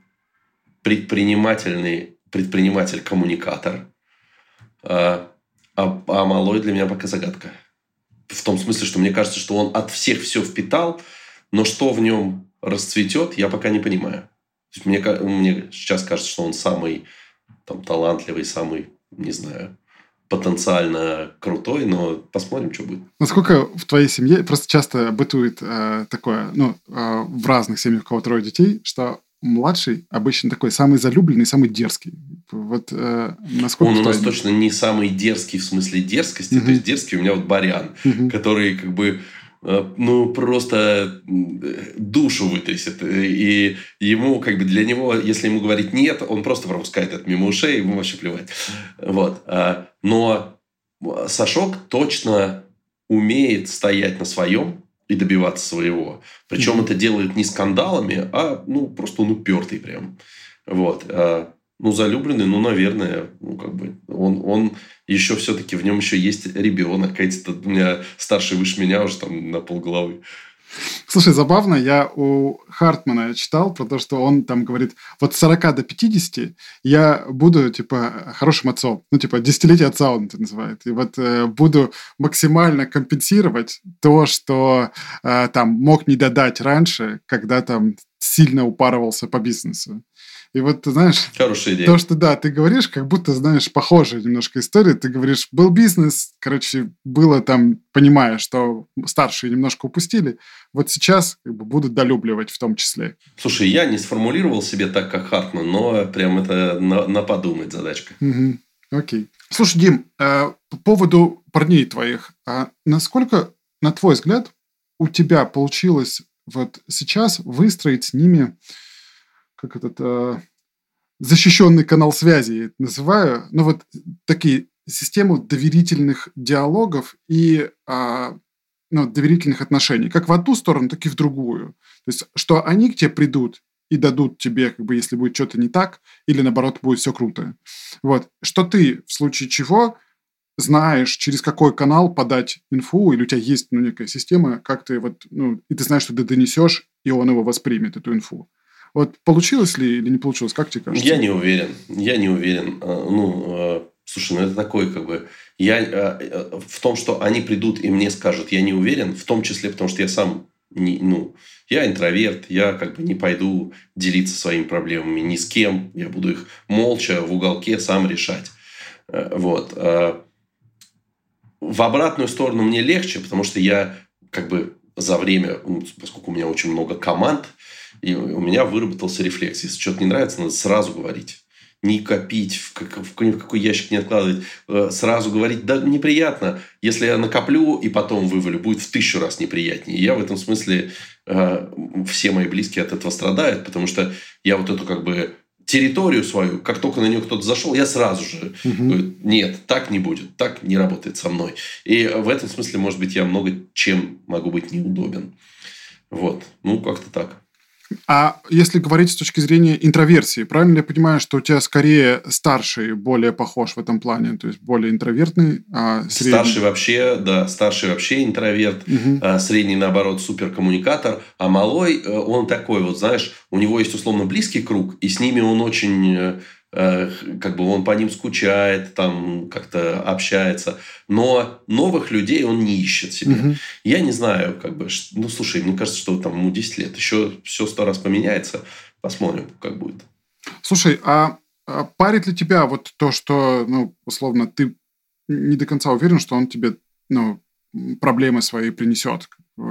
предприниматель-коммуникатор. А малой для меня пока загадка. В том смысле, что мне кажется, что он от всех все впитал, но что в нем расцветет, я пока не понимаю. То есть мне сейчас кажется, что он самый талантливый, самый, не знаю, потенциально крутой, но посмотрим, что будет. Насколько в твоей семье просто часто бытует такое, в разных семьях, у кого 3 детей, что младший обычно такой самый залюбленный, самый дерзкий. Вот насколько... Он у нас точно не самый дерзкий в смысле дерзкости. То есть дерзкий у меня Барян, который как бы просто душу вытрясет. И ему, для него, если ему говорить «нет», он просто пропускает это мимо ушей, ему вообще плевать. Вот. Но Сашок точно умеет стоять на своем и добиваться своего. Причем это делает не скандалами, а просто он упертый прям. Вот. Залюбленный, наверное, он еще все-таки, в нем еще есть ребенок. У меня старший выше меня уже там на полголовы. Слушай, забавно, я у Хартмана читал про то, что он там говорит, вот с 40 до 50 я буду, хорошим отцом. Десятилетие отца он это называет. И вот буду максимально компенсировать то, что там мог не додать раньше, когда там сильно упарывался по бизнесу. И вот, ты знаешь, хорошая идея. То, что, да, ты говоришь, как будто, знаешь, похожая немножко история. Ты говоришь, был бизнес, было там, понимая, что старшие немножко упустили. Вот сейчас будут долюбливать в том числе. Слушай, я не сформулировал себе так, как Хартман, но прям это на подумать задачка. Угу. Окей. Слушай, Дим, по поводу парней твоих, насколько, на твой взгляд, у тебя получилось вот сейчас выстроить с ними защищенный канал связи, я это называю, такие систему доверительных диалогов и доверительных отношений, как в одну сторону, так и в другую. То есть, что они к тебе придут и дадут тебе, если будет что-то не так, или наоборот, будет все круто. Вот. Что ты, в случае чего, знаешь, через какой канал подать инфу, или у тебя есть некая система, как ты и ты знаешь, что ты донесешь, и он его воспримет, эту инфу. Вот получилось ли или не получилось? Как тебе кажется? Я не уверен. Слушай, это такой я в том, что они придут и мне скажут, я не уверен, в том числе, потому что я сам я интроверт, я не пойду делиться своими проблемами ни с кем, я буду их молча в уголке сам решать. Вот. В обратную сторону мне легче, потому что я за время, поскольку у меня очень много команд, и у меня выработался рефлекс. Если что-то не нравится, надо сразу говорить. Не копить, в какой ящик не откладывать. Сразу говорить, да, неприятно. Если я накоплю и потом вывалю, будет в 1000 раз неприятнее. И я в этом смысле, все мои близкие от этого страдают, потому что я вот эту территорию свою, как только на нее кто-то зашел, я сразу же говорю, нет, так не будет, так не работает со мной. И в этом смысле, может быть, я много чем могу быть неудобен. Вот. Как-то так. А если говорить с точки зрения интроверсии, правильно ли я понимаю, что у тебя скорее старший более похож в этом плане, то есть более интровертный, а средний? Старший вообще интроверт, средний, наоборот, суперкоммуникатор, а малой, он такой, знаешь, у него есть условно близкий круг, и с ними он очень... он по ним скучает, там как-то общается. Но новых людей он не ищет себе. Я не знаю, слушай, мне кажется, что там ему 10 лет. Еще все 100 раз поменяется. Посмотрим, как будет. Слушай, а парит ли тебя то, что, условно, ты не до конца уверен, что он тебе, проблемы свои принесет?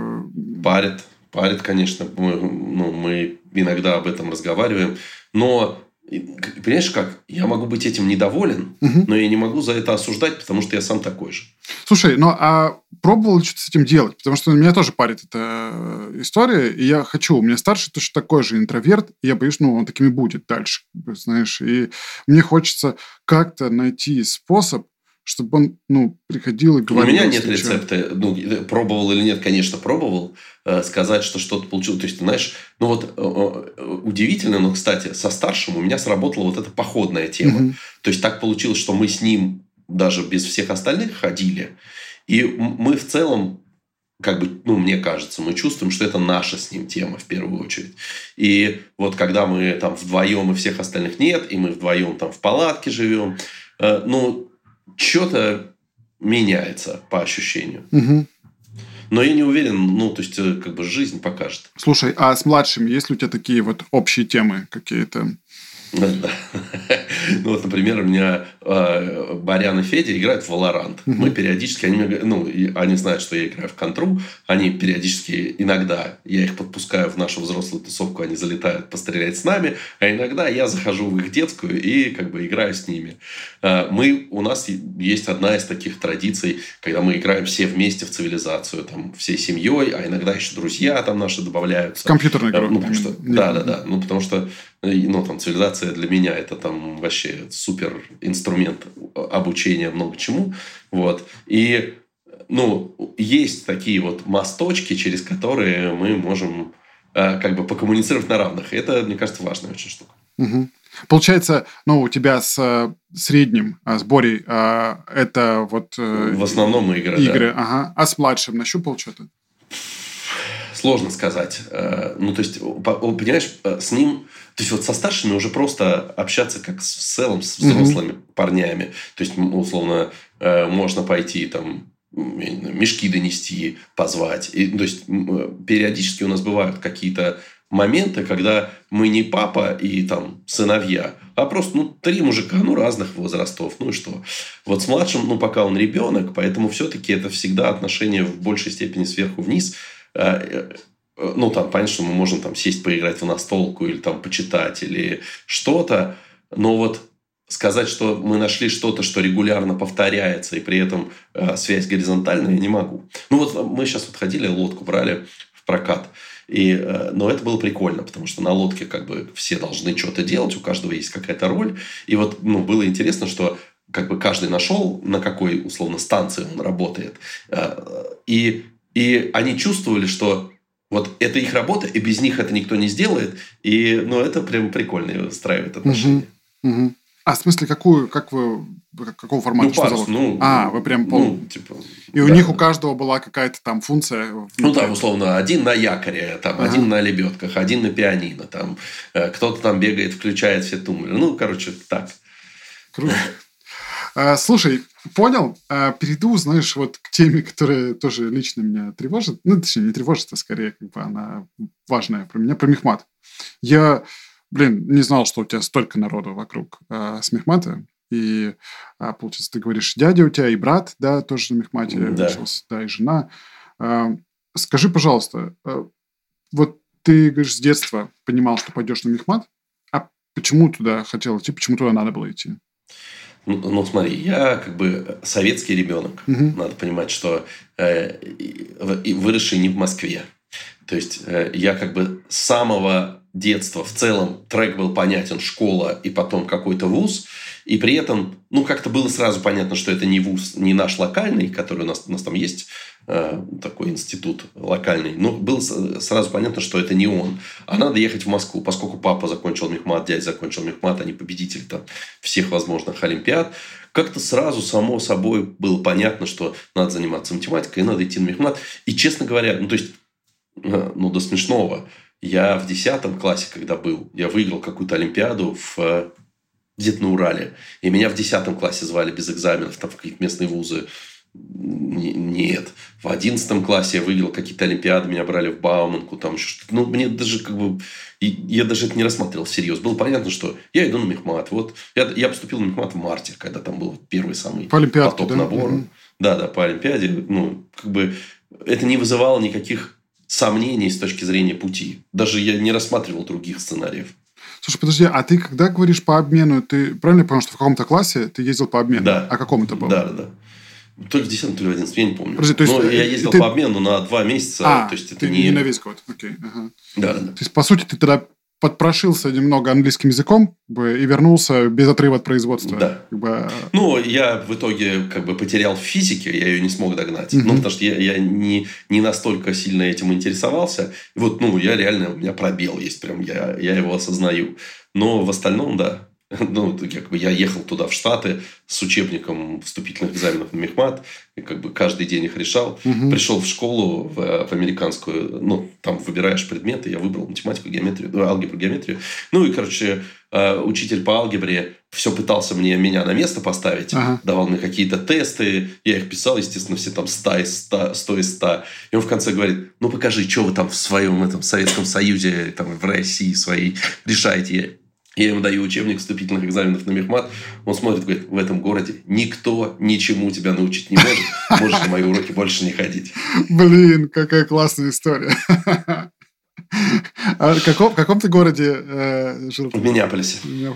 Парит, конечно. Мы иногда об этом разговариваем. Но... Понимаешь, как? Я могу быть этим недоволен, но я не могу за это осуждать, потому что я сам такой же. Слушай, а пробовал ли что-то с этим делать? Потому что меня тоже парит эта история, и я хочу. У меня старший точно такой же интроверт, и я боюсь, он такими будет дальше. Знаешь, и мне хочется как-то найти способ, чтобы он, приходил и говорил. У меня нет рецепта. Пробовал или нет, конечно, пробовал. Сказать, что что-то получилось. То есть, ты знаешь, удивительно, но, кстати, со старшим у меня сработала вот эта походная тема. То есть, так получилось, что мы с ним даже без всех остальных ходили. И мы в целом, мне кажется, мы чувствуем, что это наша с ним тема в первую очередь. И вот когда мы там вдвоем и всех остальных нет, и мы вдвоем там в палатке живем, что-то меняется по ощущению. Но я не уверен, то есть, как бы жизнь покажет. Слушай, а с младшими есть ли у тебя такие вот общие темы какие-то? Да. Ну, вот, например, у меня Барян и Федя играют в Valorant. Мы периодически, они знают, что я играю в контру, они периодически, иногда я их подпускаю в нашу взрослую тусовку, они залетают пострелять с нами, а иногда я захожу в их детскую и как бы играю с ними. У нас есть одна из таких традиций, когда мы играем все вместе в цивилизацию, там, всей семьей, а иногда еще друзья там наши добавляются. Компьютерная игра. Да. Ну, потому что там, цивилизация для меня это там вообще супер инструмент обучения много чему. Вот. И есть такие вот мосточки, через которые мы можем как бы покоммуницировать на равных. И это, мне кажется, важная очень штука. Угу. Получается, у тебя с средним, с Борей, это вот... В основном игры, да. Ага. А с младшим нащупал что-то? Сложно сказать. То есть, понимаешь, с ним... То есть, вот со старшими уже просто общаться как с целым, с взрослыми парнями. То есть, условно, можно пойти там мешки донести, позвать. То есть, периодически у нас бывают какие-то моменты, когда мы не папа и там сыновья, а просто 3 мужика, разных возрастов, и что. Вот с младшим, пока он ребенок, поэтому все-таки это всегда отношения в большей степени сверху вниз. Там, понятно, что мы можем там сесть поиграть в настолку или там почитать или что-то, но вот сказать, что мы нашли что-то, что регулярно повторяется, и при этом связь горизонтальная, я не могу. Мы сейчас ходили, лодку брали в прокат. Но это было прикольно, потому что на лодке как бы все должны что-то делать, у каждого есть какая-то роль. И вот было интересно, что как бы каждый нашел, на какой, условно, станции он работает. И они чувствовали, что вот это их работа, и без них это никто не сделает. И это прям прикольно выстраивает отношения. Угу. А в смысле, какого формата? Парус. Вы прям И у них у каждого была какая-то там функция? Условно, один на якоре, там, один на лебедках, один на пианино. Там, кто-то там бегает, включает все тумблеры. Так. Круто. Слушай, понял. Перейду, знаешь, вот к теме, которая тоже лично меня тревожит. Точнее, не тревожит, а скорее как бы она важная про меня, про мехмат. Я... не знал, что у тебя столько народу вокруг с мехмата. И, получается, ты говоришь, дядя у тебя и брат, да, тоже на мехмате учился, да, и жена. Скажи, пожалуйста, вот ты, говоришь, с детства понимал, что пойдешь на мехмат, а почему туда хотел идти, почему туда надо было идти? Смотри, я как бы советский ребенок. Надо понимать, что выросший не в Москве. То есть, я как бы с самого детства в целом трек был понятен, школа и потом какой-то вуз. И при этом, как-то было сразу понятно, что это не вуз, не наш локальный, который у нас там есть, такой институт локальный. Но было сразу понятно, что это не он. А надо ехать в Москву, поскольку папа закончил мехмат, дядя закончил мехмат, они победители там всех возможных олимпиад. Как-то сразу, само собой, было понятно, что надо заниматься математикой, и надо идти на мехмат. И, честно говоря, до смешного. Я в 10 классе, когда был, я выиграл какую-то олимпиаду где-то на Урале. И меня в 10 классе звали без экзаменов там, в какие-то местные вузы. Нет. В 11 классе я выиграл какие-то олимпиады, меня брали в Бауманку, там еще что-то. Мне даже как бы... Я даже это не рассматривал всерьез. Было понятно, что я иду на мехмат. Вот я поступил на мехмат в марте, когда там был первый самый поток набора. Да, по олимпиаде. Как бы это не вызывало никаких сомнений с точки зрения пути. Даже я не рассматривал других сценариев. Слушай, подожди, а ты когда говоришь по обмену, ты правильно понял, что в каком-то классе ты ездил по обмену? Да. А каком это было? Да. То ли в 10, то ли в 11, я не помню. Подожди, то есть я ездил по обмену на 2 месяца. То есть это не на весь год. Окей. Ага. Да. То есть, по сути, ты тогда подпрошился немного английским языком и вернулся без отрыва от производства. Да. Я в итоге как бы потерял в физике, я ее не смог догнать. Потому что я не настолько сильно этим интересовался. И вот, я реально, у меня пробел есть прям, я его осознаю. Но в остальном, да. Я ехал туда, в Штаты, с учебником вступительных экзаменов на мехмат. И как бы каждый день их решал. Пришел в школу, в американскую. Там выбираешь предметы. Я выбрал математику, геометрию, алгебру, геометрию. Учитель по алгебре все пытался меня на место поставить. Давал мне какие-то тесты. Я их писал, естественно, все там 100 из 100. И он в конце говорит, покажи, что вы там в своем Советском Союзе, там, в России своей решаете. Я ему даю учебник вступительных экзаменов на мехмат. Он смотрит, говорит, в этом городе никто ничему тебя научить не может. Можешь на мои уроки больше не ходить. Блин, какая классная история. А в каком ты городе жил? В Миннеаполисе.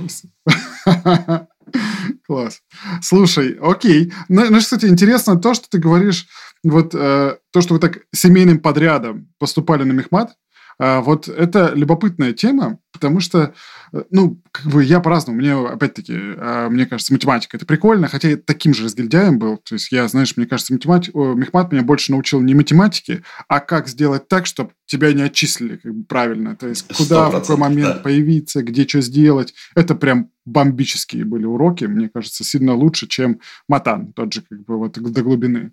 Класс. Слушай, окей. Ну, кстати, интересно то, что ты говоришь, вот то, что вы так семейным подрядом поступали на мехмат. Вот это любопытная тема, потому что, ну, как бы я по-разному. Мне, опять-таки, мне кажется, математика – это прикольно, хотя я таким же разгильдяем был. То есть я, знаешь, мне кажется, мехмат меня больше научил не математике, а как сделать так, чтобы тебя не отчислили как бы правильно. То есть куда, в какой момент появиться, где что сделать. Это прям бомбические были уроки, мне кажется, сильно лучше, чем матан, тот же как бы вот до глубины.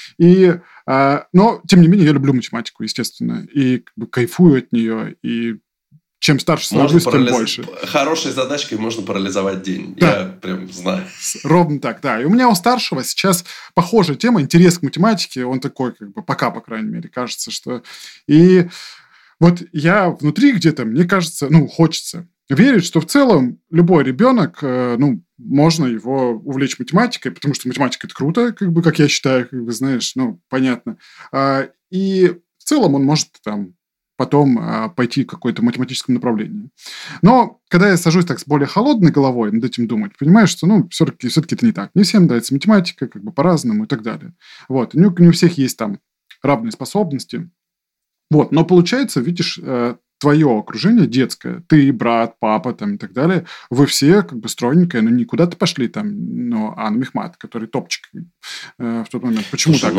Но, тем не менее, я люблю математику, естественно, и как бы кайфую от нее, и чем старше становлюсь, тем больше. Хорошей задачкой можно парализовать день. Да. Я прям знаю. Ровно так, да. И у меня у старшего сейчас похожая тема, интерес к математике, он такой, как бы, пока, по крайней мере, кажется, что... И вот я внутри где-то, мне кажется, хочется верить, что в целом любой ребенок, можно его увлечь математикой, потому что математика – это круто, как бы, как я считаю, как бы, знаешь, понятно. И в целом он может там потом пойти в какое-то математическое направление. Но когда я сажусь так с более холодной головой над этим думать, понимаешь, что, все-таки это не так. Не всем нравится математика, как бы по-разному и так далее. Вот. Не у всех есть там равные способности. Вот. Но получается, видишь, твое окружение детское, ты, брат, папа там, и так далее, вы все как бы стройненькие, не куда-то пошли там, а на мехмат, который топчик в тот момент. Почему так?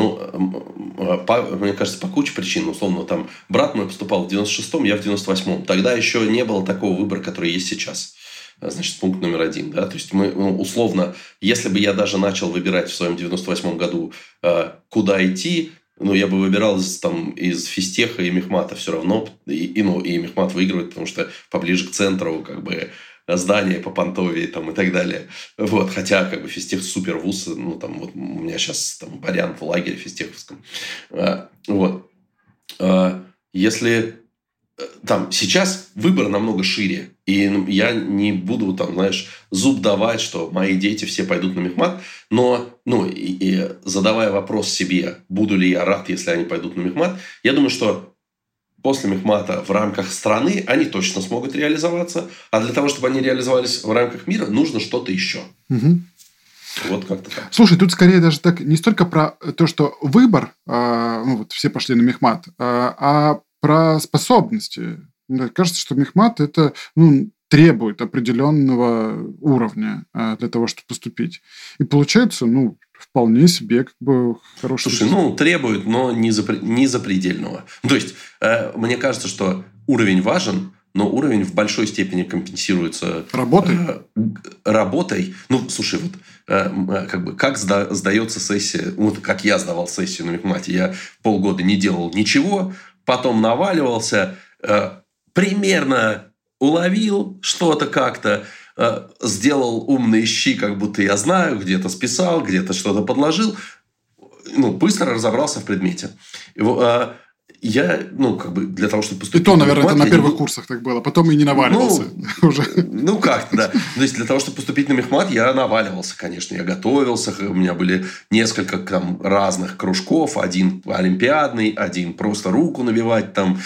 Мне кажется, по куче причин. Условно, там брат мой поступал в 96-м, я в 98-м. Тогда еще не было такого выбора, который есть сейчас. Значит, пункт номер 1. Да? То есть, мы, условно, если бы я даже начал выбирать в своем 98-м году, куда идти, я бы выбирал из физтеха и мехмата все равно. И мехмат выигрывает, потому что поближе к центру, как бы, здание по Понтове там, и так далее. Вот. Хотя, как бы, физтех супер вуз. Вот у меня сейчас там вариант в лагере физтеховском. Вот. Если... Там сейчас выбор намного шире. И я не буду, там, знаешь, зуб давать, что мои дети все пойдут на мехмат. Но, и задавая вопрос себе, буду ли я рад, если они пойдут на мехмат, я думаю, что после мехмата в рамках страны они точно смогут реализоваться. А для того, чтобы они реализовались в рамках мира, нужно что-то еще. Угу. Вот как-то так. Слушай, тут скорее даже так не столько про то, что выбор, все пошли на мехмат, а про способности. Мне кажется, что мехмат это требует определенного уровня для того, чтобы поступить. И получается, вполне себе как бы хороший... Слушай, требует, но не запредельного. То есть, мне кажется, что уровень важен, но уровень в большой степени компенсируется... Работой. Слушай, как сдается сессия... как я сдавал сессию на мехмате. Я полгода не делал ничего, потом наваливался, примерно уловил что-то как-то, сделал умные щи, как будто я знаю, где-то списал, где-то что-то подложил. Быстро разобрался в предмете. Я, для того, чтобы поступить... И то, наверное, это на первых курсах так было. Потом и не наваливался. Уже. Как-то, да. То есть, для того, чтобы поступить на мехмат, я наваливался, конечно. Я готовился. У меня были несколько там разных кружков. Один олимпиадный, один просто руку набивать. Там.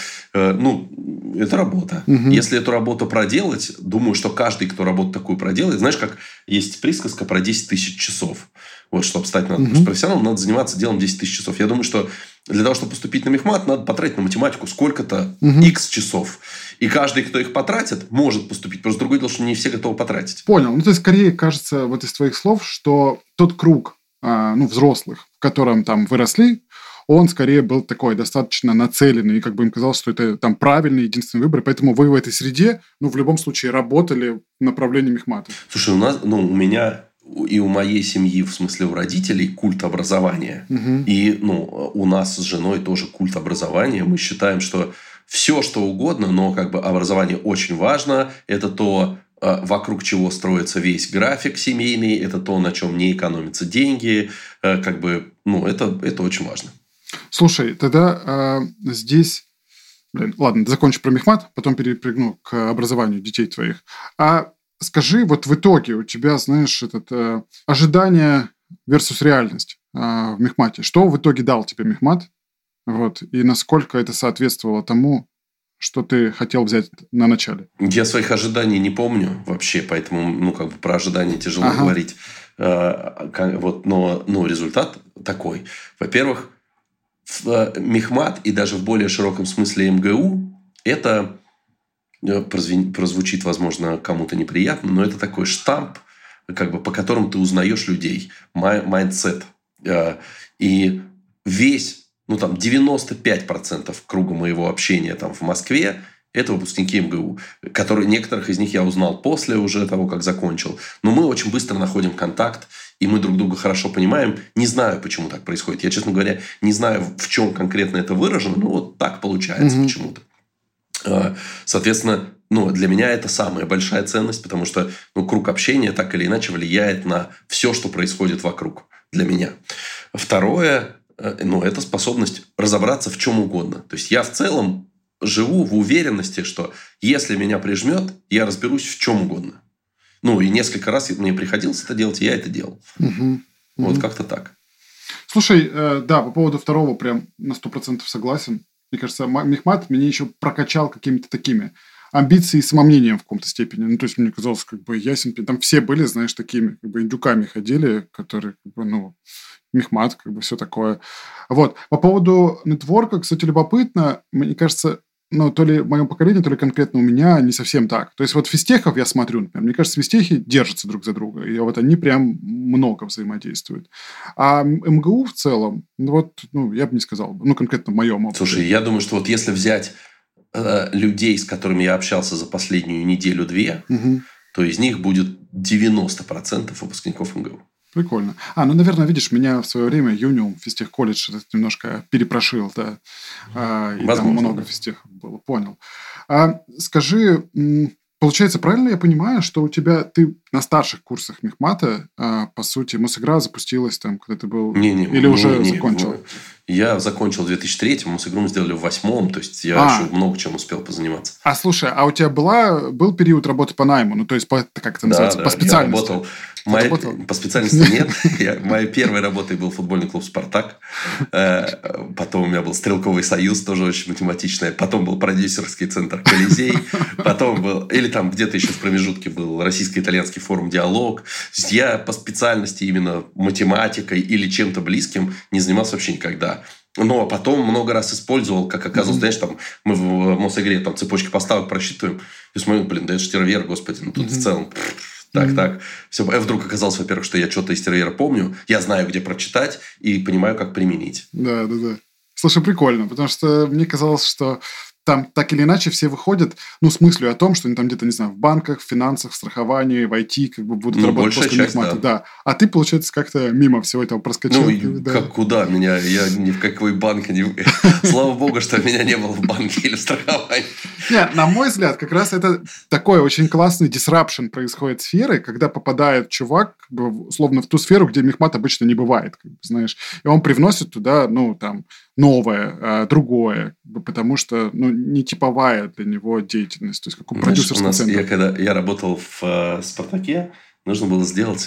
Это работа. Угу. Если эту работу проделать, думаю, что каждый, кто работу такую проделает... Знаешь, как есть присказка про 10 тысяч часов. Вот, чтобы стать профессионалом, надо заниматься делом 10 тысяч часов. Я думаю, что для того, чтобы поступить на мехмат, надо потратить на математику сколько-то X часов. И каждый, кто их потратит, может поступить. Просто другое дело, что не все готовы потратить. Понял. То есть, скорее, кажется, вот из твоих слов, что тот круг взрослых, в котором там выросли, он скорее был такой достаточно нацеленный. И как бы им казалось, что это там правильный, единственный выбор. Поэтому вы в этой среде, в любом случае, работали в направлении мехмата. Слушай, у меня... И у моей семьи, в смысле у родителей, культ образования. Угу. И у нас с женой тоже культ образования. Мы считаем, что все, что угодно, но как бы образование очень важно. Это то, вокруг чего строится весь график семейный. Это то, на чем не экономятся деньги. Это очень важно. Слушай, тогда здесь Ладно, закончу про мехмат, потом перепрыгну к образованию детей твоих. А скажи, вот в итоге у тебя, знаешь, ожидание versus реальность в мехмате. Что в итоге дал тебе мехмат? Вот, и насколько это соответствовало тому, что ты хотел взять на начале? Я своих ожиданий не помню вообще, поэтому, про ожидания тяжело говорить. Но результат такой. Во-первых, мехмат и даже в более широком смысле МГУ это прозвучит, возможно, кому-то неприятно, но это такой штамп, по которому ты узнаешь людей, майндсет. И весь, 95% круга моего общения там в Москве это выпускники МГУ, некоторых из них я узнал после уже того, как закончил. Но мы очень быстро находим контакт, и мы друг друга хорошо понимаем. Не знаю, почему так происходит. Я, честно говоря, не знаю, в чем конкретно это выражено, но вот так получается почему-то. Соответственно, для меня это самая большая ценность, потому что круг общения так или иначе влияет на все, что происходит вокруг для меня. Второе, это способность разобраться в чем угодно. То есть я в целом живу в уверенности, что если меня прижмет, я разберусь в чем угодно. И несколько раз мне приходилось это делать, и я это делал. Вот как-то так. Слушай, да, по поводу второго прям на 100% согласен. Мне кажется, мехмат меня еще прокачал какими-то такими амбициями и самомнением в каком-то степени. То есть, мне казалось, ясен. Там все были, знаешь, такими, индюками ходили, которые, мехмат, все такое. Вот. По поводу нетворка, кстати, любопытно. Мне кажется, то ли в моем поколении, то ли конкретно у меня не совсем так. То есть, вот физтехов я смотрю, например, мне кажется, физтехи держатся друг за друга. И вот они прям много взаимодействуют. А МГУ в целом, я бы не сказал. Конкретно в моем опыте. Слушай, я думаю, что вот если взять людей, с которыми я общался за последнюю неделю-две, то из них будет 90% выпускников МГУ. Прикольно. Наверное, видишь, меня в свое время Юниум, физтех-колледж, немножко перепрошил, да. И возможно, там много физтехов было. Понял. Скажи, получается, правильно я понимаю, что ты на старших курсах мехмата, по сути, Мосигра запустилась там, когда ты был... Или уже закончил? Я закончил в 2003-м, Мосигру мы сделали в 2008-м, то есть я еще много чем успел позаниматься. Слушай, у тебя был период работы по найму? То есть, как это называется? По специальности? Я работал. По специальности нет. Моей первой работой был футбольный клуб «Спартак». Потом у меня был стрелковый союз, тоже очень математичный. Потом был продюсерский центр «Колизей». Потом был... Или там где-то еще в промежутке был российско-итальянский форум «Диалог». То есть я по специальности именно математикой или чем-то близким не занимался вообще никогда. Но потом много раз использовал, как оказалось, знаешь, там мы в Мосигре там цепочки поставок просчитываем. И смотрю, да это ж тервер, господи, тут в целом... Так. Все. Вдруг оказалось, во-первых, что я что-то из тервера помню, я знаю, где прочитать и понимаю, как применить. Да. Слушай, прикольно, потому что мне казалось, что там так или иначе все выходят, с мыслью о том, что они там где-то, не знаю, в банках, в финансах, в страховании, в IT будут работать после мехмата. Да. А ты, получается, как-то мимо всего этого проскочил. Как куда? Я ни в какой банк не... Слава богу, что меня не было в банке или в страховании. Нет, на мой взгляд, как раз это такой очень классный disruption происходит сферы, когда попадает чувак, условно, в ту сферу, где мехмат обычно не бывает, знаешь. И он привносит туда, новое, другое, потому что, не типовая для него деятельность, то есть как у продюсерского центра. Когда я работал в «Спартаке», нужно было сделать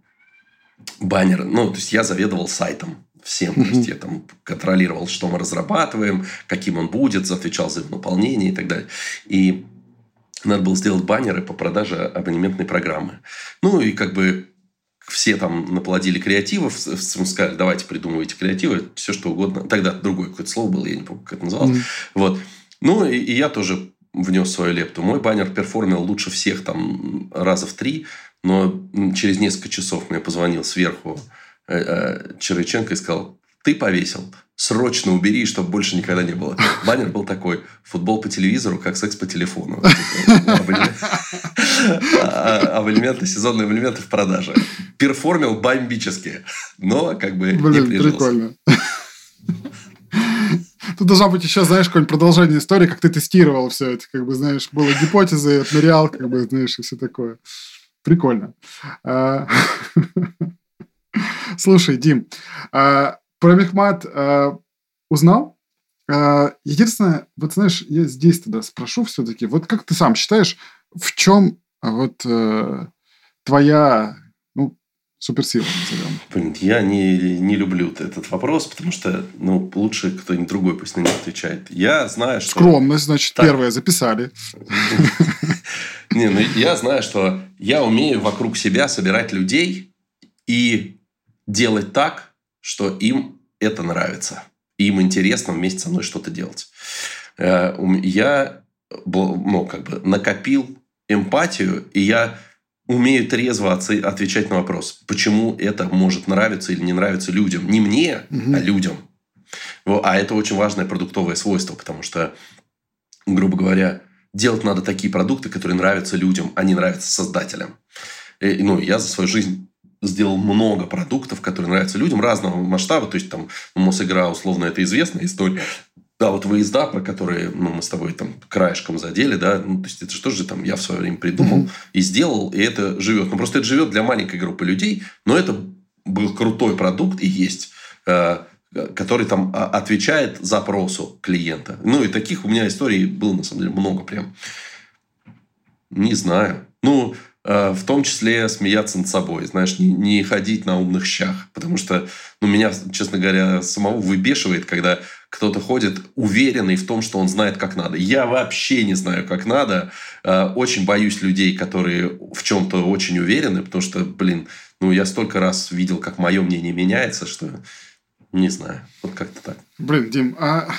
баннер. То есть я заведовал сайтом всем. То есть я там контролировал, что мы разрабатываем, каким он будет, отвечал за наполнение и так далее. И надо было сделать баннеры по продаже абонементной программы. И все там наплодили креативов, сказали, давайте придумывайте креативы, все что угодно. Тогда другое какое-то слово было, я не помню, как это называлось. Вот. И я тоже внес свою лепту. Мой баннер перформил лучше всех там раза в 3, но через несколько часов мне позвонил сверху Червяченко и сказал, ты повесил, срочно убери, чтобы больше никогда не было. Баннер был такой, футбол по телевизору, как секс по телефону. Абонементы, сезонные абонементы в продаже. Перформил бомбически, но не прижился. Прикольно. Тут должна быть еще, знаешь, какое-нибудь продолжение истории, как ты тестировал все это, знаешь, было гипотезы, отмерял, знаешь, и все такое. Прикольно. Слушай, Дим, про мехмат узнал? Единственное, вот знаешь, я здесь тогда спрошу все-таки, вот как ты сам считаешь, в чем вот твоя, суперсила, назовем? Блин, я не люблю этот вопрос, потому что, лучше кто-нибудь другой пусть на него отвечает. Я знаю, что... Скромность, значит, Так. первое записали. Я знаю, что я умею вокруг себя собирать людей и делать так, что им это нравится. И им интересно вместе со мной что-то делать. Я накопил эмпатию, и я умею трезво отвечать на вопрос, почему это может нравиться или не нравиться людям. Не мне, а людям. А это очень важное продуктовое свойство, потому что, грубо говоря, делать надо такие продукты, которые нравятся людям, а не нравятся создателям. Я за свою жизнь сделал много продуктов, которые нравятся людям разного масштаба. То есть, там, Мосигра, условно, это известная история. Да, вот выезда, про которые мы с тобой там краешком задели, да, то есть это же тоже там я в свое время придумал и сделал, и это живет. Просто это живет для маленькой группы людей, но это был крутой продукт и есть, который там отвечает запросу клиента. И таких у меня историй было, на самом деле, много прям. Не знаю. В том числе смеяться над собой, знаешь, не ходить на умных щах. Потому что, меня, честно говоря, самого выбешивает, когда кто-то ходит уверенный в том, что он знает, как надо. Я вообще не знаю, как надо. Очень боюсь людей, которые в чем-то очень уверены, потому что, я столько раз видел, как мое мнение меняется, что не знаю. Вот как-то так. Дим,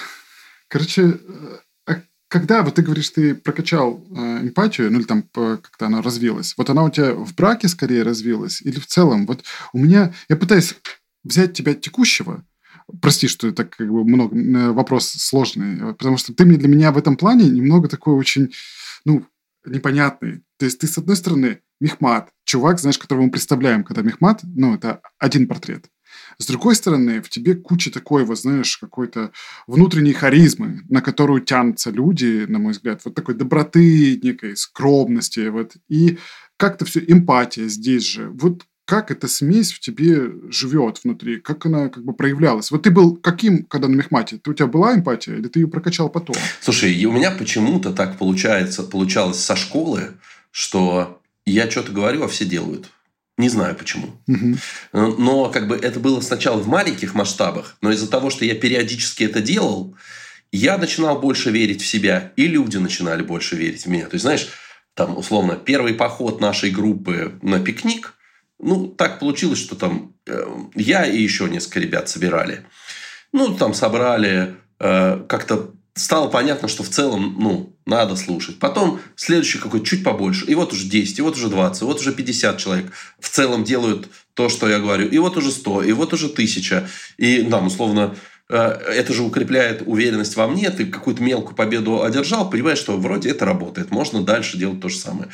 когда вот ты говоришь, ты прокачал эмпатию, или там как-то она развилась, вот она у тебя в браке скорее развилась или в целом? Вот я пытаюсь взять тебя текущего, прости, что так как бы много, вопрос сложный, потому что ты для меня в этом плане немного такой очень, непонятный. То есть ты, с одной стороны, Мехмат, чувак, знаешь, которого мы представляем, когда Мехмат, это один портрет. С другой стороны, в тебе куча такой, вот знаешь, какой-то внутренней харизмы, на которую тянутся люди, на мой взгляд, вот такой доброты, некой скромности, вот, и как-то все, эмпатия здесь же. Вот как эта смесь в тебе живет внутри, как она как бы проявлялась? Вот ты был каким, когда на Мехмате? У тебя была эмпатия или ты ее прокачал потом? Слушай, у меня почему-то так получалось со школы, что я что-то говорю, а все делают. Не знаю почему. Но это было сначала в маленьких масштабах, но из-за того, что я периодически это делал, я начинал больше верить в себя, и люди начинали больше верить в меня. То есть, знаешь, там, условно, первый поход нашей группы на пикник, так получилось, что там я и еще несколько ребят собирали. Там собрали, как-то стало понятно, что в целом, надо слушать. Потом следующий какой-то чуть побольше. И вот уже 10, и вот уже 20, и вот уже 50 человек в целом делают то, что я говорю. И вот уже 100, и вот уже 1000. И, условно, это же укрепляет уверенность во мне. Ты какую-то мелкую победу одержал, понимаешь, что вроде это работает. Можно дальше делать то же самое.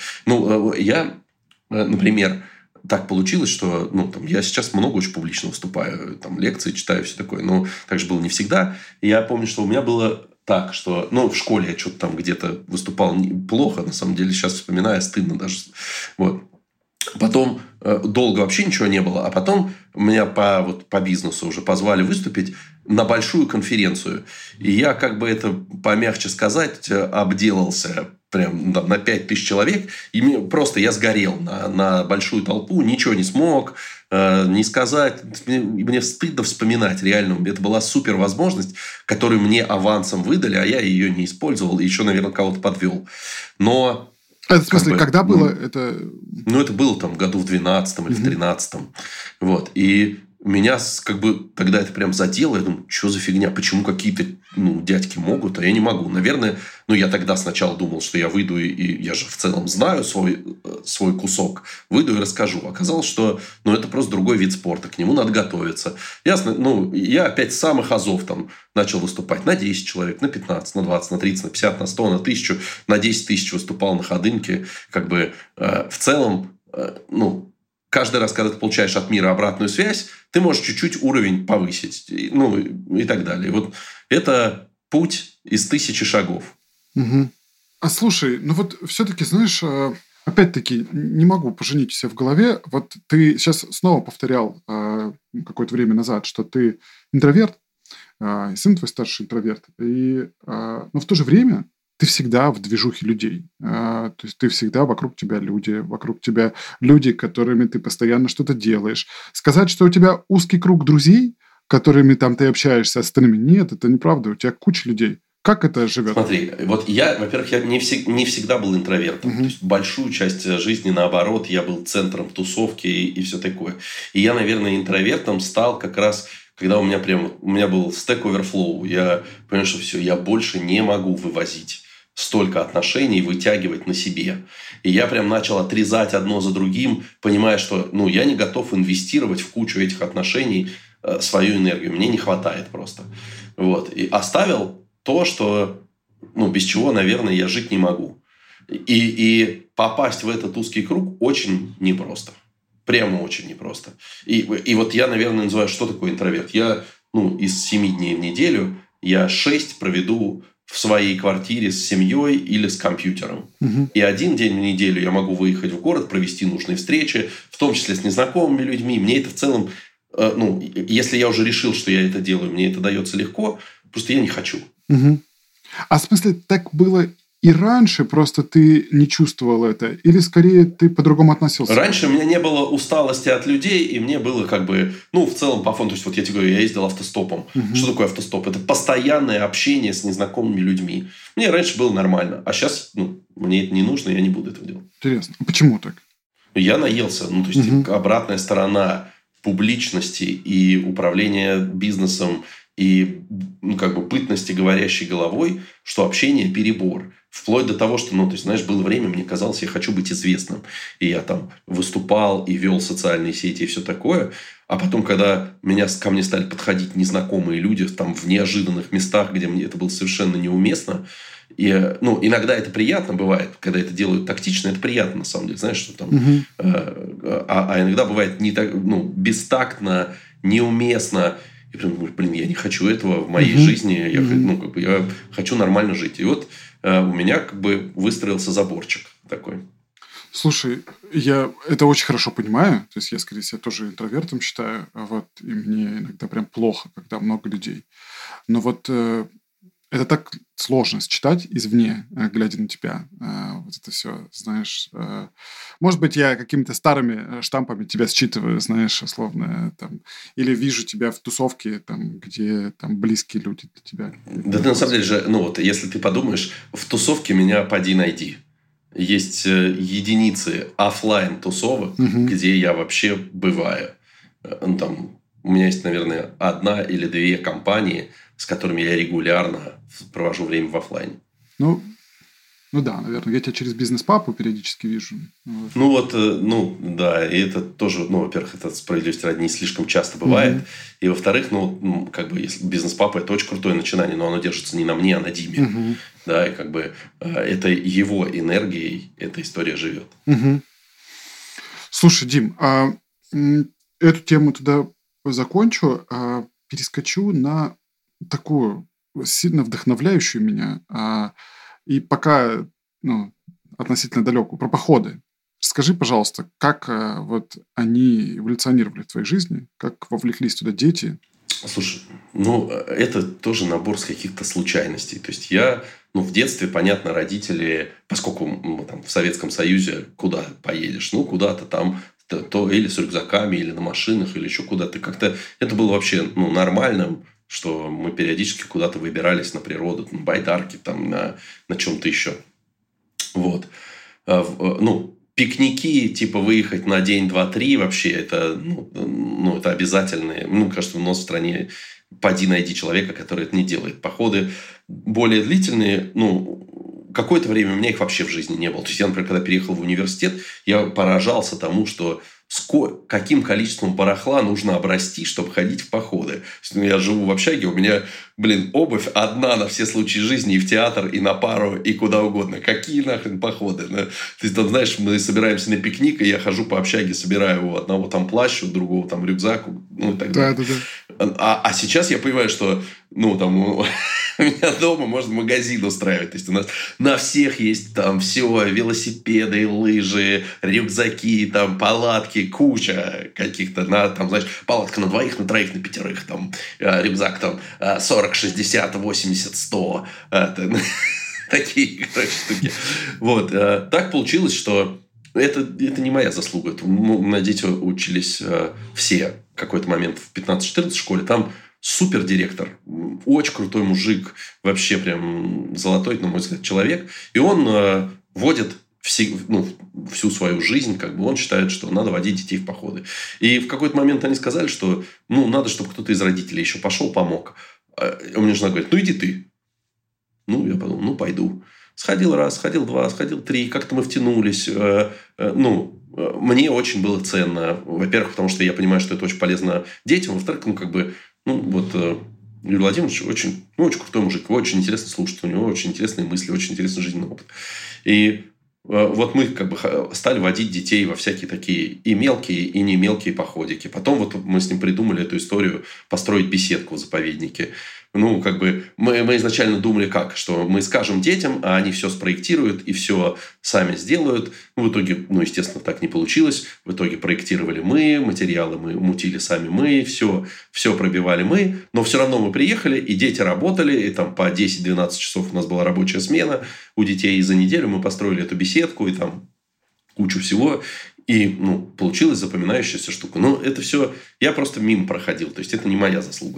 Я, например, так получилось, что я сейчас много очень публично выступаю, там, лекции читаю, все такое. Но так же было не всегда. И я помню, что у меня было так, что... в школе я что-то там где-то выступал плохо. На самом деле, сейчас вспоминаю, стыдно даже. Вот. Потом долго вообще ничего не было. А потом меня по бизнесу уже позвали выступить на большую конференцию. И я, это помягче сказать, обделался прям на 5000 человек. И я сгорел на большую толпу. Ничего не смог не сказать. Мне стыдно вспоминать. Реально, это была супер возможность, которую мне авансом выдали, а я ее не использовал. И еще, наверное, кого-то подвел. Но... Это, в смысле, когда было? Это было там году в 12-м или в 13-м. Вот. И меня тогда это прям задело. Я думаю, что за фигня? Почему какие-то дядьки могут, а я не могу? Наверное, я тогда сначала думал, что я выйду, и я же в целом знаю свой кусок. Выйду и расскажу. Оказалось, что это просто другой вид спорта. К нему надо готовиться. Ясно? Я опять с самых азов там начал выступать на 10 человек, на 15, на 20, на 30, на 50, на 100, на 1000. На 10 тысяч выступал на ходынке. В целом, каждый раз, когда ты получаешь от мира обратную связь, ты можешь чуть-чуть уровень повысить. И так далее. Вот это путь из 1000 шагов. Угу. А слушай, все-таки, знаешь, опять-таки, не могу поженить себя в голове. Вот ты сейчас снова повторял какое-то время назад, что ты интроверт. и сын твой старший интроверт. Но в то же время ты всегда в движухе людей. То есть ты всегда вокруг тебя люди, которыми ты постоянно что-то делаешь. Сказать, что у тебя узкий круг друзей, которыми там ты общаешься, остальными, нет, это неправда. У тебя куча людей. Как это живет? Смотри, вот во-первых, я не всегда был интровертом. То есть большую часть жизни, наоборот, я был центром тусовки и все такое. И я, наверное, интровертом стал как раз, когда у меня был Stack Overflow. Я понял, что все, я больше не могу вывозить столько отношений, вытягивать на себе. И я прям начал отрезать одно за другим, понимая, что я не готов инвестировать в кучу этих отношений свою энергию. Мне не хватает просто. Вот. И оставил то, что, без чего, наверное, я жить не могу. И попасть в этот узкий круг очень непросто. Прямо очень непросто. И вот я, наверное, называю, что такое интроверт. Я, из 7 дней в неделю, я 6 проведу в своей квартире с семьей или с компьютером. И 1 день в неделю я могу выехать в город, провести нужные встречи, в том числе с незнакомыми людьми. Мне это в целом, если я уже решил, что я это делаю, мне это дается легко, просто я не хочу. А в смысле, так было и раньше, просто ты не чувствовал это? Или скорее ты по-другому относился? Раньше у меня не было усталости от людей, и мне было в целом по фону. То есть, вот я тебе говорю, я ездил автостопом. Что такое автостоп? Это постоянное общение с незнакомыми людьми. Мне раньше было нормально, а сейчас мне это не нужно, я не буду этого делать. Интересно. А почему так? Я наелся. То есть, обратная сторона публичности и управления бизнесом и бытности говорящей головой, что общение перебор. Вплоть до того, что, было время, мне казалось, я хочу быть известным. И я там выступал и вел социальные сети и все такое. А потом, когда ко мне стали подходить незнакомые люди там, в неожиданных местах, где мне это было совершенно неуместно. И, иногда это приятно бывает, когда это делают тактично, это приятно, на самом деле. Знаешь, что там... А иногда бывает не так, бестактно, неуместно. И прям, я не хочу этого в моей жизни. Я хочу нормально жить. И вот у меня выстроился заборчик такой. Слушай, я это очень хорошо понимаю. То есть я, скорее всего, тоже интровертом считаю. И мне иногда прям плохо, когда много людей. Но это так сложно считать извне, глядя на тебя. Вот это все, знаешь. Может быть, я какими-то старыми штампами тебя считываю, знаешь, условно. Или вижу тебя в тусовке, где близкие люди для тебя. Да ты на самом деле же, если ты подумаешь, в тусовке меня поди найди. Есть единицы офлайн тусовок, где я вообще бываю. У меня есть, наверное, 1 или 2 компании, с которыми я регулярно провожу время в офлайне. Да, наверное. Я тебя через бизнес-папу периодически вижу. Да. И это тоже, во-первых, это справедливости ради не слишком часто бывает. И, во-вторых, если бизнес-папа – это очень крутое начинание, но оно держится не на мне, а на Диме. Да, и это его энергией эта история живет. Слушай, Дим, эту тему туда закончу, перескочу на такую сильно вдохновляющую меня и пока относительно далекую, про походы. Скажи, пожалуйста, как они эволюционировали в твоей жизни, как вовлеклись туда дети? Слушай, это тоже набор с каких-то случайностей. То есть я, в детстве, понятно, родители, поскольку мы в Советском Союзе, куда поедешь? Куда-то там, то или с рюкзаками, или на машинах, или еще куда-то. Как-то это было вообще нормальным, что мы периодически куда-то выбирались на природу, на байдарке, на чем-то еще. Вот. Пикники, выехать на день, 2, 3, вообще, это, это обязательные. Кажется, у нас в стране поди найди человека, который это не делает. Походы более длительные, какое-то время у меня их вообще в жизни не было. То есть, я, например, когда переехал в университет, я поражался тому, что каким количеством барахла нужно обрасти, чтобы ходить в походы. Я живу в общаге, у меня обувь одна на все случаи жизни, и в театр, и на пару, и куда угодно. Какие нахрен походы? То есть, там, знаешь, мы собираемся на пикник, и я хожу по общаге, собираю у одного там плащ, у другого там рюкзак, и так далее. А сейчас я понимаю, что, там... У меня дома можно магазин устраивать. То есть, у нас на всех есть там все, велосипеды, лыжи, рюкзаки, там, палатки, куча каких-то. Там, знаешь, палатка на 2, на 3, на 5. Там, рюкзак там 40, 60, 80, 100. Такие, штуки. Вот. Так получилось, что это не моя заслуга. Мои дети учились все в какой-то момент в 15-14 школе. Там супердиректор, очень крутой мужик, вообще прям золотой, на мой взгляд, человек. И он водит всю свою жизнь, он считает, что надо водить детей в походы. И в какой-то момент они сказали, что надо, чтобы кто-то из родителей еще пошел, помог. У меня жена говорит, иди ты. Я подумал, пойду. Сходил раз, сходил два, сходил 3, как-то мы втянулись. Мне очень было ценно. Во-первых, потому что я понимаю, что это очень полезно детям. Во-вторых, Юрий Владимирович очень крутой мужик. Его очень интересно слушать. У него очень интересные мысли, очень интересный жизненный опыт. И вот мы стали водить детей во всякие такие и мелкие, и не мелкие походики. Потом мы с ним придумали эту историю построить беседку в заповеднике. Мы изначально думали что мы скажем детям, а они все спроектируют и все сами сделают. В итоге, естественно, так не получилось. В итоге проектировали мы, материалы мы мутили сами мы, все пробивали мы. Но все равно мы приехали, и дети работали, и там по 10-12 часов у нас была рабочая смена у детей. И за неделю мы построили эту беседку, и там кучу всего. И получилась запоминающаяся штука. Но это все я просто мимо проходил. То есть, это не моя заслуга.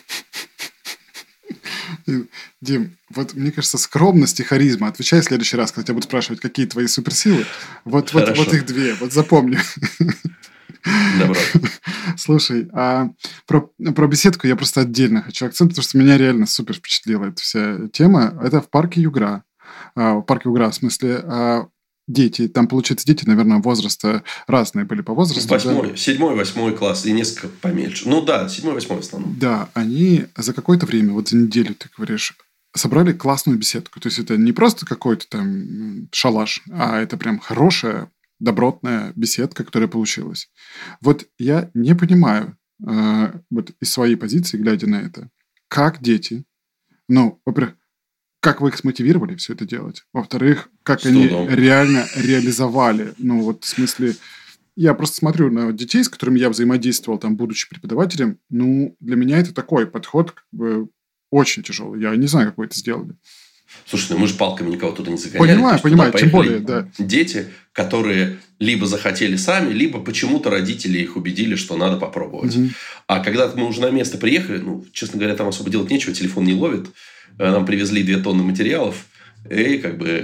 Дим, вот мне кажется, скромность и харизма. Отвечай в следующий раз, когда тебя будут спрашивать, какие твои суперсилы. Вот их 2, запомни. Добро. Слушай, а про беседку я просто отдельно хочу акцент, потому что меня реально супер впечатлила эта вся тема. Это в парке Югра. В парке Югра, в смысле... Дети, там, получается, дети, наверное, возраста разные были по возрасту. 7-8 класс и несколько помельче. 7-8 в основном. Да, они за какое-то время, за неделю, ты говоришь, собрали классную беседку. То есть, это не просто какой-то там шалаш, а это прям хорошая, добротная беседка, которая получилась. Вот я не понимаю, из своей позиции, глядя на это, как дети, во-первых, как вы их смотивировали все это делать? Во-вторых, как они реально реализовали? В смысле, я просто смотрю на детей, с которыми я взаимодействовал, будучи преподавателем. Для меня это такой подход очень тяжелый. Я не знаю, как вы это сделали. Слушай, мы же палками никого туда не загоняли. Понимаю, тем более, да. Дети, которые либо захотели сами, либо почему-то родители их убедили, что надо попробовать. Угу. А когда мы уже на место приехали, честно говоря, там особо делать нечего, телефон не ловит. Нам привезли 2 тонны материалов, и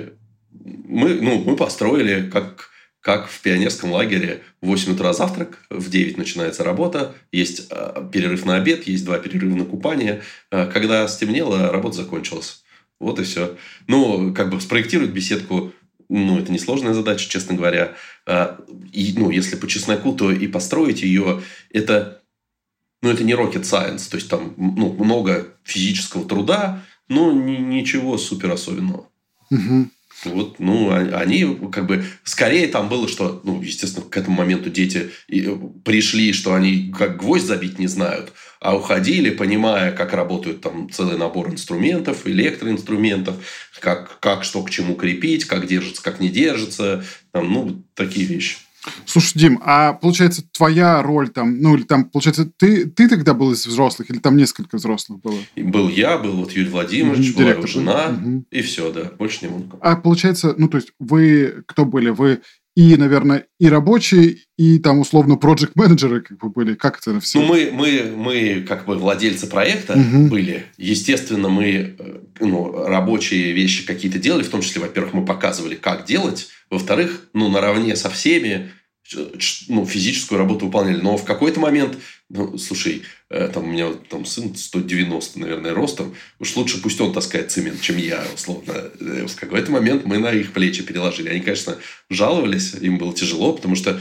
мы построили, как в пионерском лагере, в 8 утра завтрак, в 9 начинается работа, есть перерыв на обед, есть 2 перерыва на купание. Когда стемнело, работа закончилась. Вот и все. Спроектировать беседку, это несложная задача, честно говоря. Если по чесноку, то и построить ее, это не rocket science. То есть, там много физического труда, но ничего супер особенного. Угу. Они скорее там было, что, естественно, к этому моменту дети пришли, что они как гвоздь забить не знают, а уходили, понимая, как работают там целый набор инструментов, электроинструментов, как что к чему крепить, как держится, как не держится, такие вещи. Слушай, Дим, а получается, твоя роль получается, ты тогда был из взрослых, или там несколько взрослых было? Был я, был Юрий Владимирович, была его жена, и все, да, больше не было. А получается, то есть, вы кто были? Вы и, наверное, и рабочие, и там, условно, проект-менеджеры были? Как это все? Мы владельцы проекта были. Естественно, мы рабочие вещи какие-то делали, в том числе, во-первых, мы показывали, как делать, во-вторых, наравне со всеми физическую работу выполняли. Но в какой-то момент, слушай, у меня сын 190, наверное, ростом. Уж лучше пусть он таскает цемент, чем я, условно. В какой-то момент мы на их плечи переложили. Они, конечно, жаловались, им было тяжело, потому что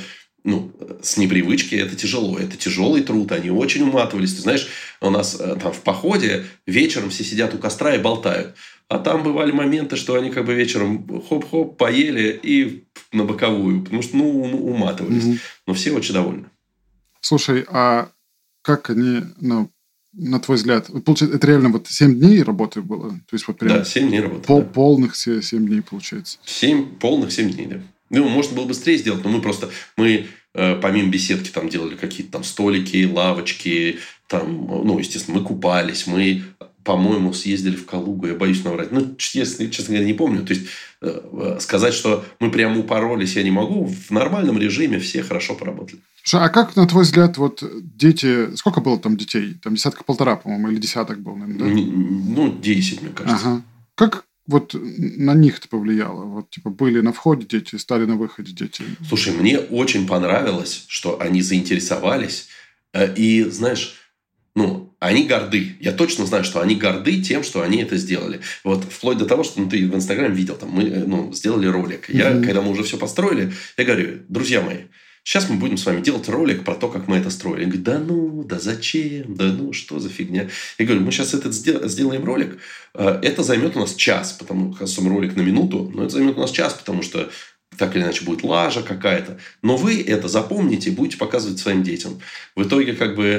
с непривычки это тяжело. Это тяжелый труд, они очень уматывались. Ты знаешь, у нас там в походе вечером все сидят у костра и болтают. А там бывали моменты, что они как бы вечером хоп-хоп поели и на боковую. Потому что, уматывались. Но все очень довольны. Слушай, а как они, на твой взгляд, получается, это реально 7 дней работы было? То есть вот прям 7 дней работы. Полных 7 дней получается. Полных 7 дней, да. Можно было быстрее сделать, но мы помимо беседки там делали какие-то там столики, лавочки, там, естественно, мы купались, мы, по-моему, съездили в Калугу, я боюсь наврать. Честно говоря, не помню. То есть, сказать, что мы прямо упоролись, я не могу. В нормальном режиме все хорошо поработали. Слушай, а как, на твой взгляд, дети... Сколько было там детей? Там 1,5, по-моему, или 10 был, наверное, да? 10, мне кажется. Ага. Как на них это повлияло? Были на входе дети, стали на выходе дети. Слушай, мне очень понравилось, что они заинтересовались. И, знаешь, они горды. Я точно знаю, что они горды тем, что они это сделали. Вплоть до того, что ты в Инстаграме видел, там мы сделали ролик. Когда мы уже все построили, я говорю: друзья мои, сейчас мы будем с вами делать ролик про то, как мы это строили. Я говорю: да зачем? Что за фигня? Я говорю: мы сейчас сделаем ролик. Это займет у нас час, потому что ролик на минуту, но это займет у нас час, потому что так или иначе будет лажа какая-то. Но вы это запомните и будете показывать своим детям. В итоге,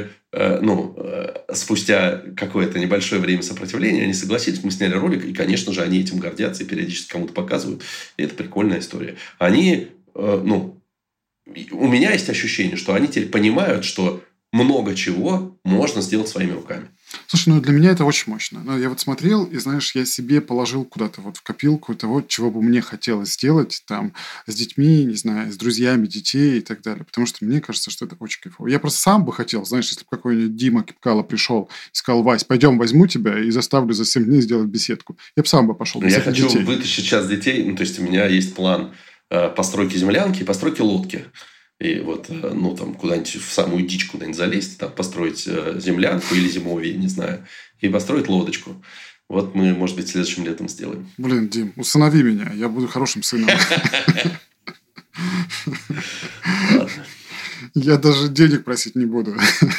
спустя какое-то небольшое время сопротивления, они согласились, мы сняли ролик, и, конечно же, они этим гордятся и периодически кому-то показывают. И это прикольная история. Они, у меня есть ощущение, что они теперь понимают, что много чего можно сделать своими руками. Слушай, для меня это очень мощно. Я смотрел, и, знаешь, я себе положил куда-то в копилку того, чего бы мне хотелось сделать там с детьми, не знаю, с друзьями детей и так далее. Потому что мне кажется, что это очень кайфово. Я просто сам бы хотел, знаешь, если бы какой-нибудь Дима Кипкало пришел и сказал: Вась, пойдем возьму тебя и заставлю за 7 дней сделать беседку. Я бы сам пошел. Я хочу вытащить сейчас детей. То есть, у меня есть план постройки землянки и постройки лодки. И куда-нибудь в самую дичь куда-нибудь залезть, там построить землянку или зимовье, не знаю, и построить лодочку. Мы, может быть, следующим летом сделаем. Блин, Дим, усынови меня, я буду хорошим сыном. Я даже денег просить не буду.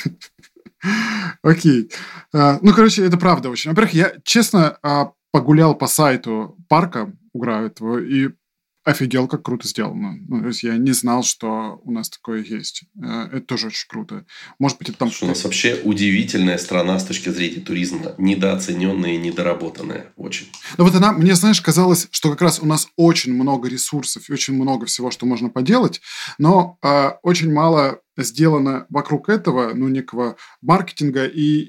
Окей. Это правда очень. Во-первых, я, честно, погулял по сайту парка Угра этого и офигел, как круто сделано. То есть, я не знал, что у нас такое есть. Это тоже очень круто. Может быть, это там... У нас вообще удивительная страна с точки зрения туризма. Недооцененная и недоработанная. Очень. Мне, знаешь, казалось, что как раз у нас очень много ресурсов и очень много всего, что можно поделать, но очень мало сделано вокруг этого, некого маркетинга и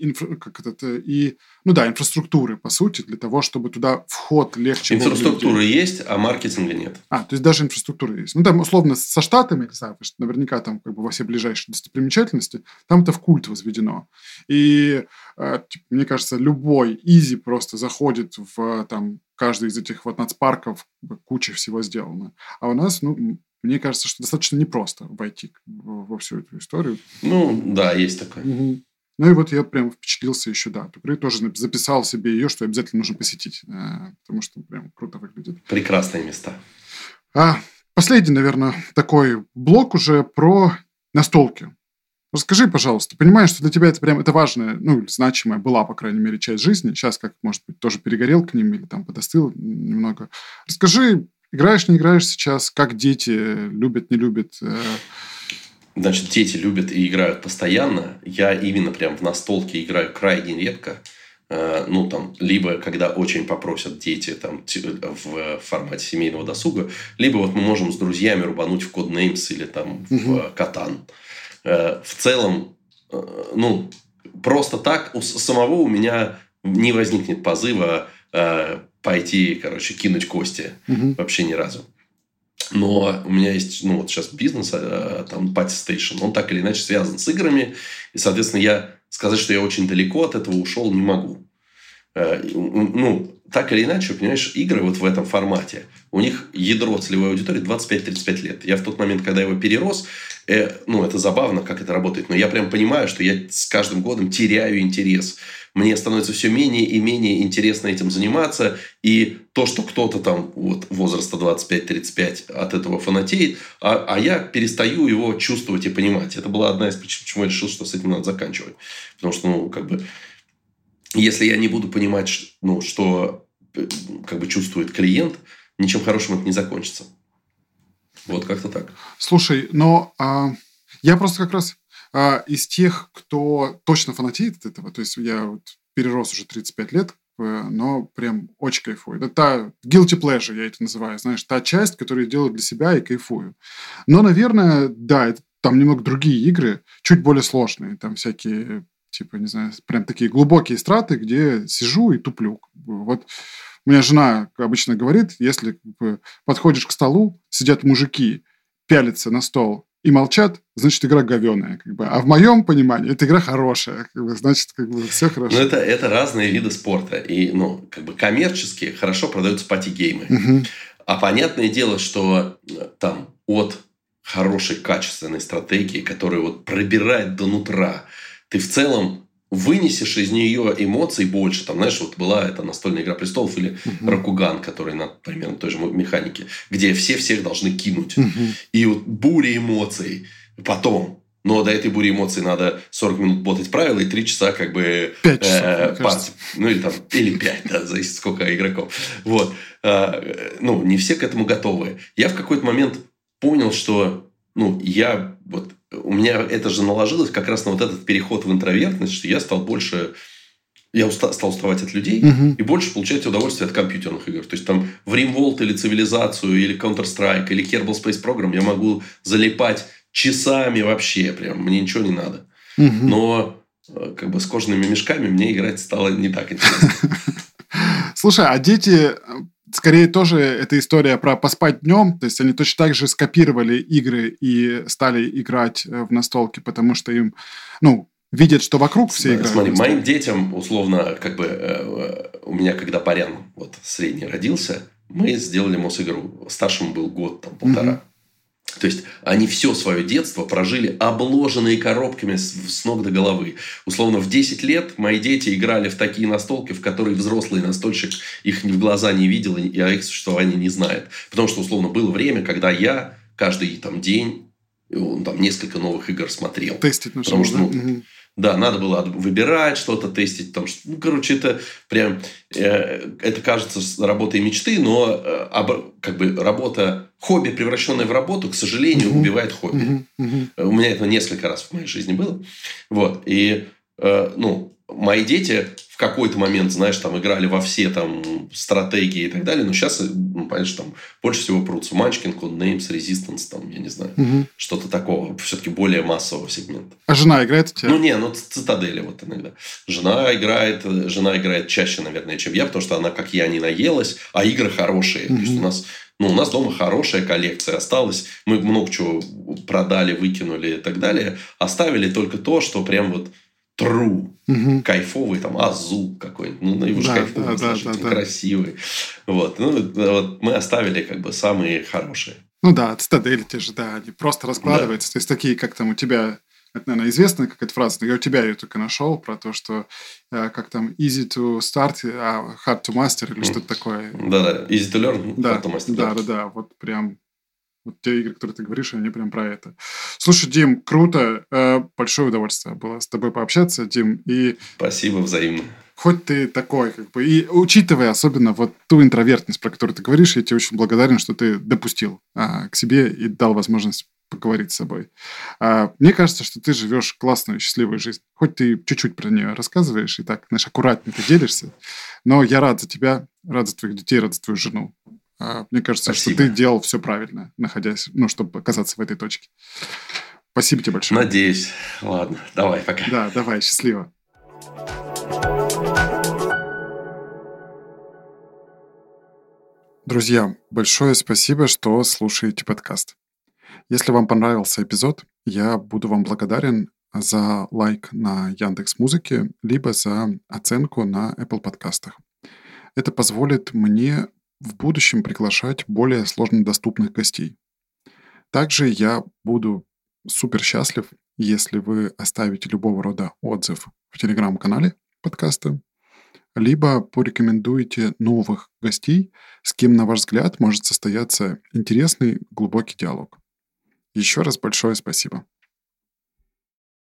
инфраструктуры, по сути, для того, чтобы туда вход легче был. Инфраструктура есть, а маркетинга нет. То есть, даже инфраструктура есть. Там, условно, со Штатами, не знаю, наверняка там во все ближайшие достопримечательности, там это в культ возведено. И, мне кажется, любой изи просто заходит в каждый из этих нацпарков, куча всего сделано. А у нас, мне кажется, что достаточно непросто войти во всю эту историю. Да, есть такое. Угу. И я прям впечатлился еще, от Угры. Тоже записал себе ее, что обязательно нужно посетить. Потому что прям круто выглядит. Прекрасные места. Последний, наверное, такой блок уже про настолки. Расскажи, пожалуйста. Понимаешь, что для тебя это прям важная, значимая была, по крайней мере, часть жизни. Сейчас, может быть, тоже перегорел к ним или подостыл немного. Расскажи, играешь, не играешь сейчас? Как дети любят, не любят? Значит, дети любят и играют постоянно. Я именно прям в настолке играю крайне редко. Либо когда очень попросят дети в формате семейного досуга, либо мы можем с друзьями рубануть в Codenames или в Катан. В целом, просто так самого у меня не возникнет позыва пойти, кинуть кости. Вообще ни разу. Но у меня есть, сейчас бизнес, Party Station, он так или иначе связан с играми. И, соответственно, сказать, что я очень далеко от этого ушел, не могу. так или иначе, понимаешь, игры вот в этом формате, у них ядро целевой аудитории 25-35 лет. Я в тот момент, когда его перерос, это забавно, как это работает, но я прям понимаю, что я с каждым годом теряю интерес. Мне становится все менее и менее интересно этим заниматься. И то, что кто-то там возраста 25-35 от этого фанатеет, а я перестаю его чувствовать и понимать. Это была одна из причин, почему я решил, что с этим надо заканчивать. Потому что, если я не буду понимать, что чувствует клиент, ничем хорошим это не закончится. Вот как-то так. Слушай, но я просто как раз из тех, кто точно фанатеет от этого, то есть я перерос уже 35 лет, но прям очень кайфую. Это та guilty pleasure, я это называю, знаешь, та часть, которую я делаю для себя и кайфую. Но, наверное, да, там немного другие игры, чуть более сложные, там всякие, не знаю, прям такие глубокие страты, где сижу и туплю. Вот у меня жена обычно говорит, если подходишь к столу, сидят мужики, пялятся на стол и молчат, значит, игра говёная. А в моем понимании, эта игра хорошая. Значит, все хорошо. Но это разные виды спорта. И, коммерчески хорошо продаются пати-геймы. Угу. А понятное дело, что там от хорошей, качественной стратегии, которая пробирает до нутра, ты в целом вынесешь из нее эмоций больше. Там, знаешь, была эта настольная «Игра престолов» или «Рокуган», который на примерно той же механике, где все всех должны кинуть. И буря эмоций. Потом. Но до этой бури эмоций надо 40 минут ботать правила и 3 часа 5 часов, или 5, да, зависит сколько игроков. Вот. Не все к этому готовы. Я в какой-то момент понял, что у меня это же наложилось как раз на этот переход в интровертность, что я стал больше... Я стал уставать от людей и больше получать удовольствие от компьютерных игр. То есть, там в RimWorld или Цивилизацию, или Counter-Strike, или Kerbal Space Program я могу залипать часами вообще. Прям мне ничего не надо. Но с кожаными мешками мне играть стало не так интересно. Слушай, а дети... Скорее, тоже эта история про поспать днем. То есть, они точно так же скопировали игры и стали играть в настолки, потому что им, видят, что вокруг все играют. Смотри, моим детям, условно, у меня, когда Барян средний родился, мы сделали МОС-игру. Старшему был год, полтора. То есть, они все свое детство прожили обложенные коробками с ног до головы. Условно, в 10 лет мои дети играли в такие настолки, в которые взрослый настольщик их в глаза не видел, и о их существовании не знает. Потому что, условно, было время, когда я каждый день несколько новых игр смотрел. Тестить нужно. Потому что, да, надо было выбирать что-то, тестить. Это прям... это кажется работой мечты, но работа... Хобби, превращенное в работу, к сожалению, убивает хобби. У меня это несколько раз в моей жизни было. И мои дети в какой-то момент, знаешь, играли во все стратегии и так далее. Но сейчас, понимаешь, больше всего прутся Munchkin, Codenames, Resistance, я не знаю, что-то такого. Все-таки более массового сегмента. А жена играет у тебя? Цитадели иногда. Жена играет чаще, наверное, чем я, потому что она, как я, не наелась, а игры хорошие. То есть, у нас дома хорошая коллекция осталась. Мы много чего продали, выкинули и так далее. Оставили только то, что прям true, кайфовый, Азул какой-нибудь. Его же кайфовый, красивый. Мы оставили самые хорошие. цитадели те же, они просто раскладываются. Да. То есть, такие, как у тебя... Это, наверное, известная какая-то фраза, но я у тебя ее только нашел, про то, что easy to start, hard to master, или что-то такое. Да, easy to learn, hard to master. Да, прям те игры, которые ты говоришь, они прям про это. Слушай, Дим, круто, большое удовольствие было с тобой пообщаться, Дим. Спасибо, взаимно. Хоть ты такой, и учитывая особенно ту интровертность, про которую ты говоришь, я тебе очень благодарен, что ты допустил к себе и дал возможность поговорить с собой. Мне кажется, что ты живешь классную, счастливую жизнь. Хоть ты чуть-чуть про нее рассказываешь и так, аккуратненько делишься, но я рад за тебя, рад за твоих детей, рад за твою жену. Мне кажется, Спасибо. Что ты делал все правильно, находясь, чтобы оказаться в этой точке. Спасибо тебе большое. Надеюсь. Ладно, давай, пока. Да, давай, счастливо. Друзья, большое спасибо, что слушаете подкаст. Если вам понравился эпизод, я буду вам благодарен за лайк на Яндекс.Музыке, либо за оценку на Apple подкастах. Это позволит мне в будущем приглашать более сложно доступных гостей. Также я буду супер счастлив, если вы оставите любого рода отзыв в телеграм-канале подкаста, либо порекомендуете новых гостей, с кем, на ваш взгляд, может состояться интересный глубокий диалог. Еще раз большое спасибо.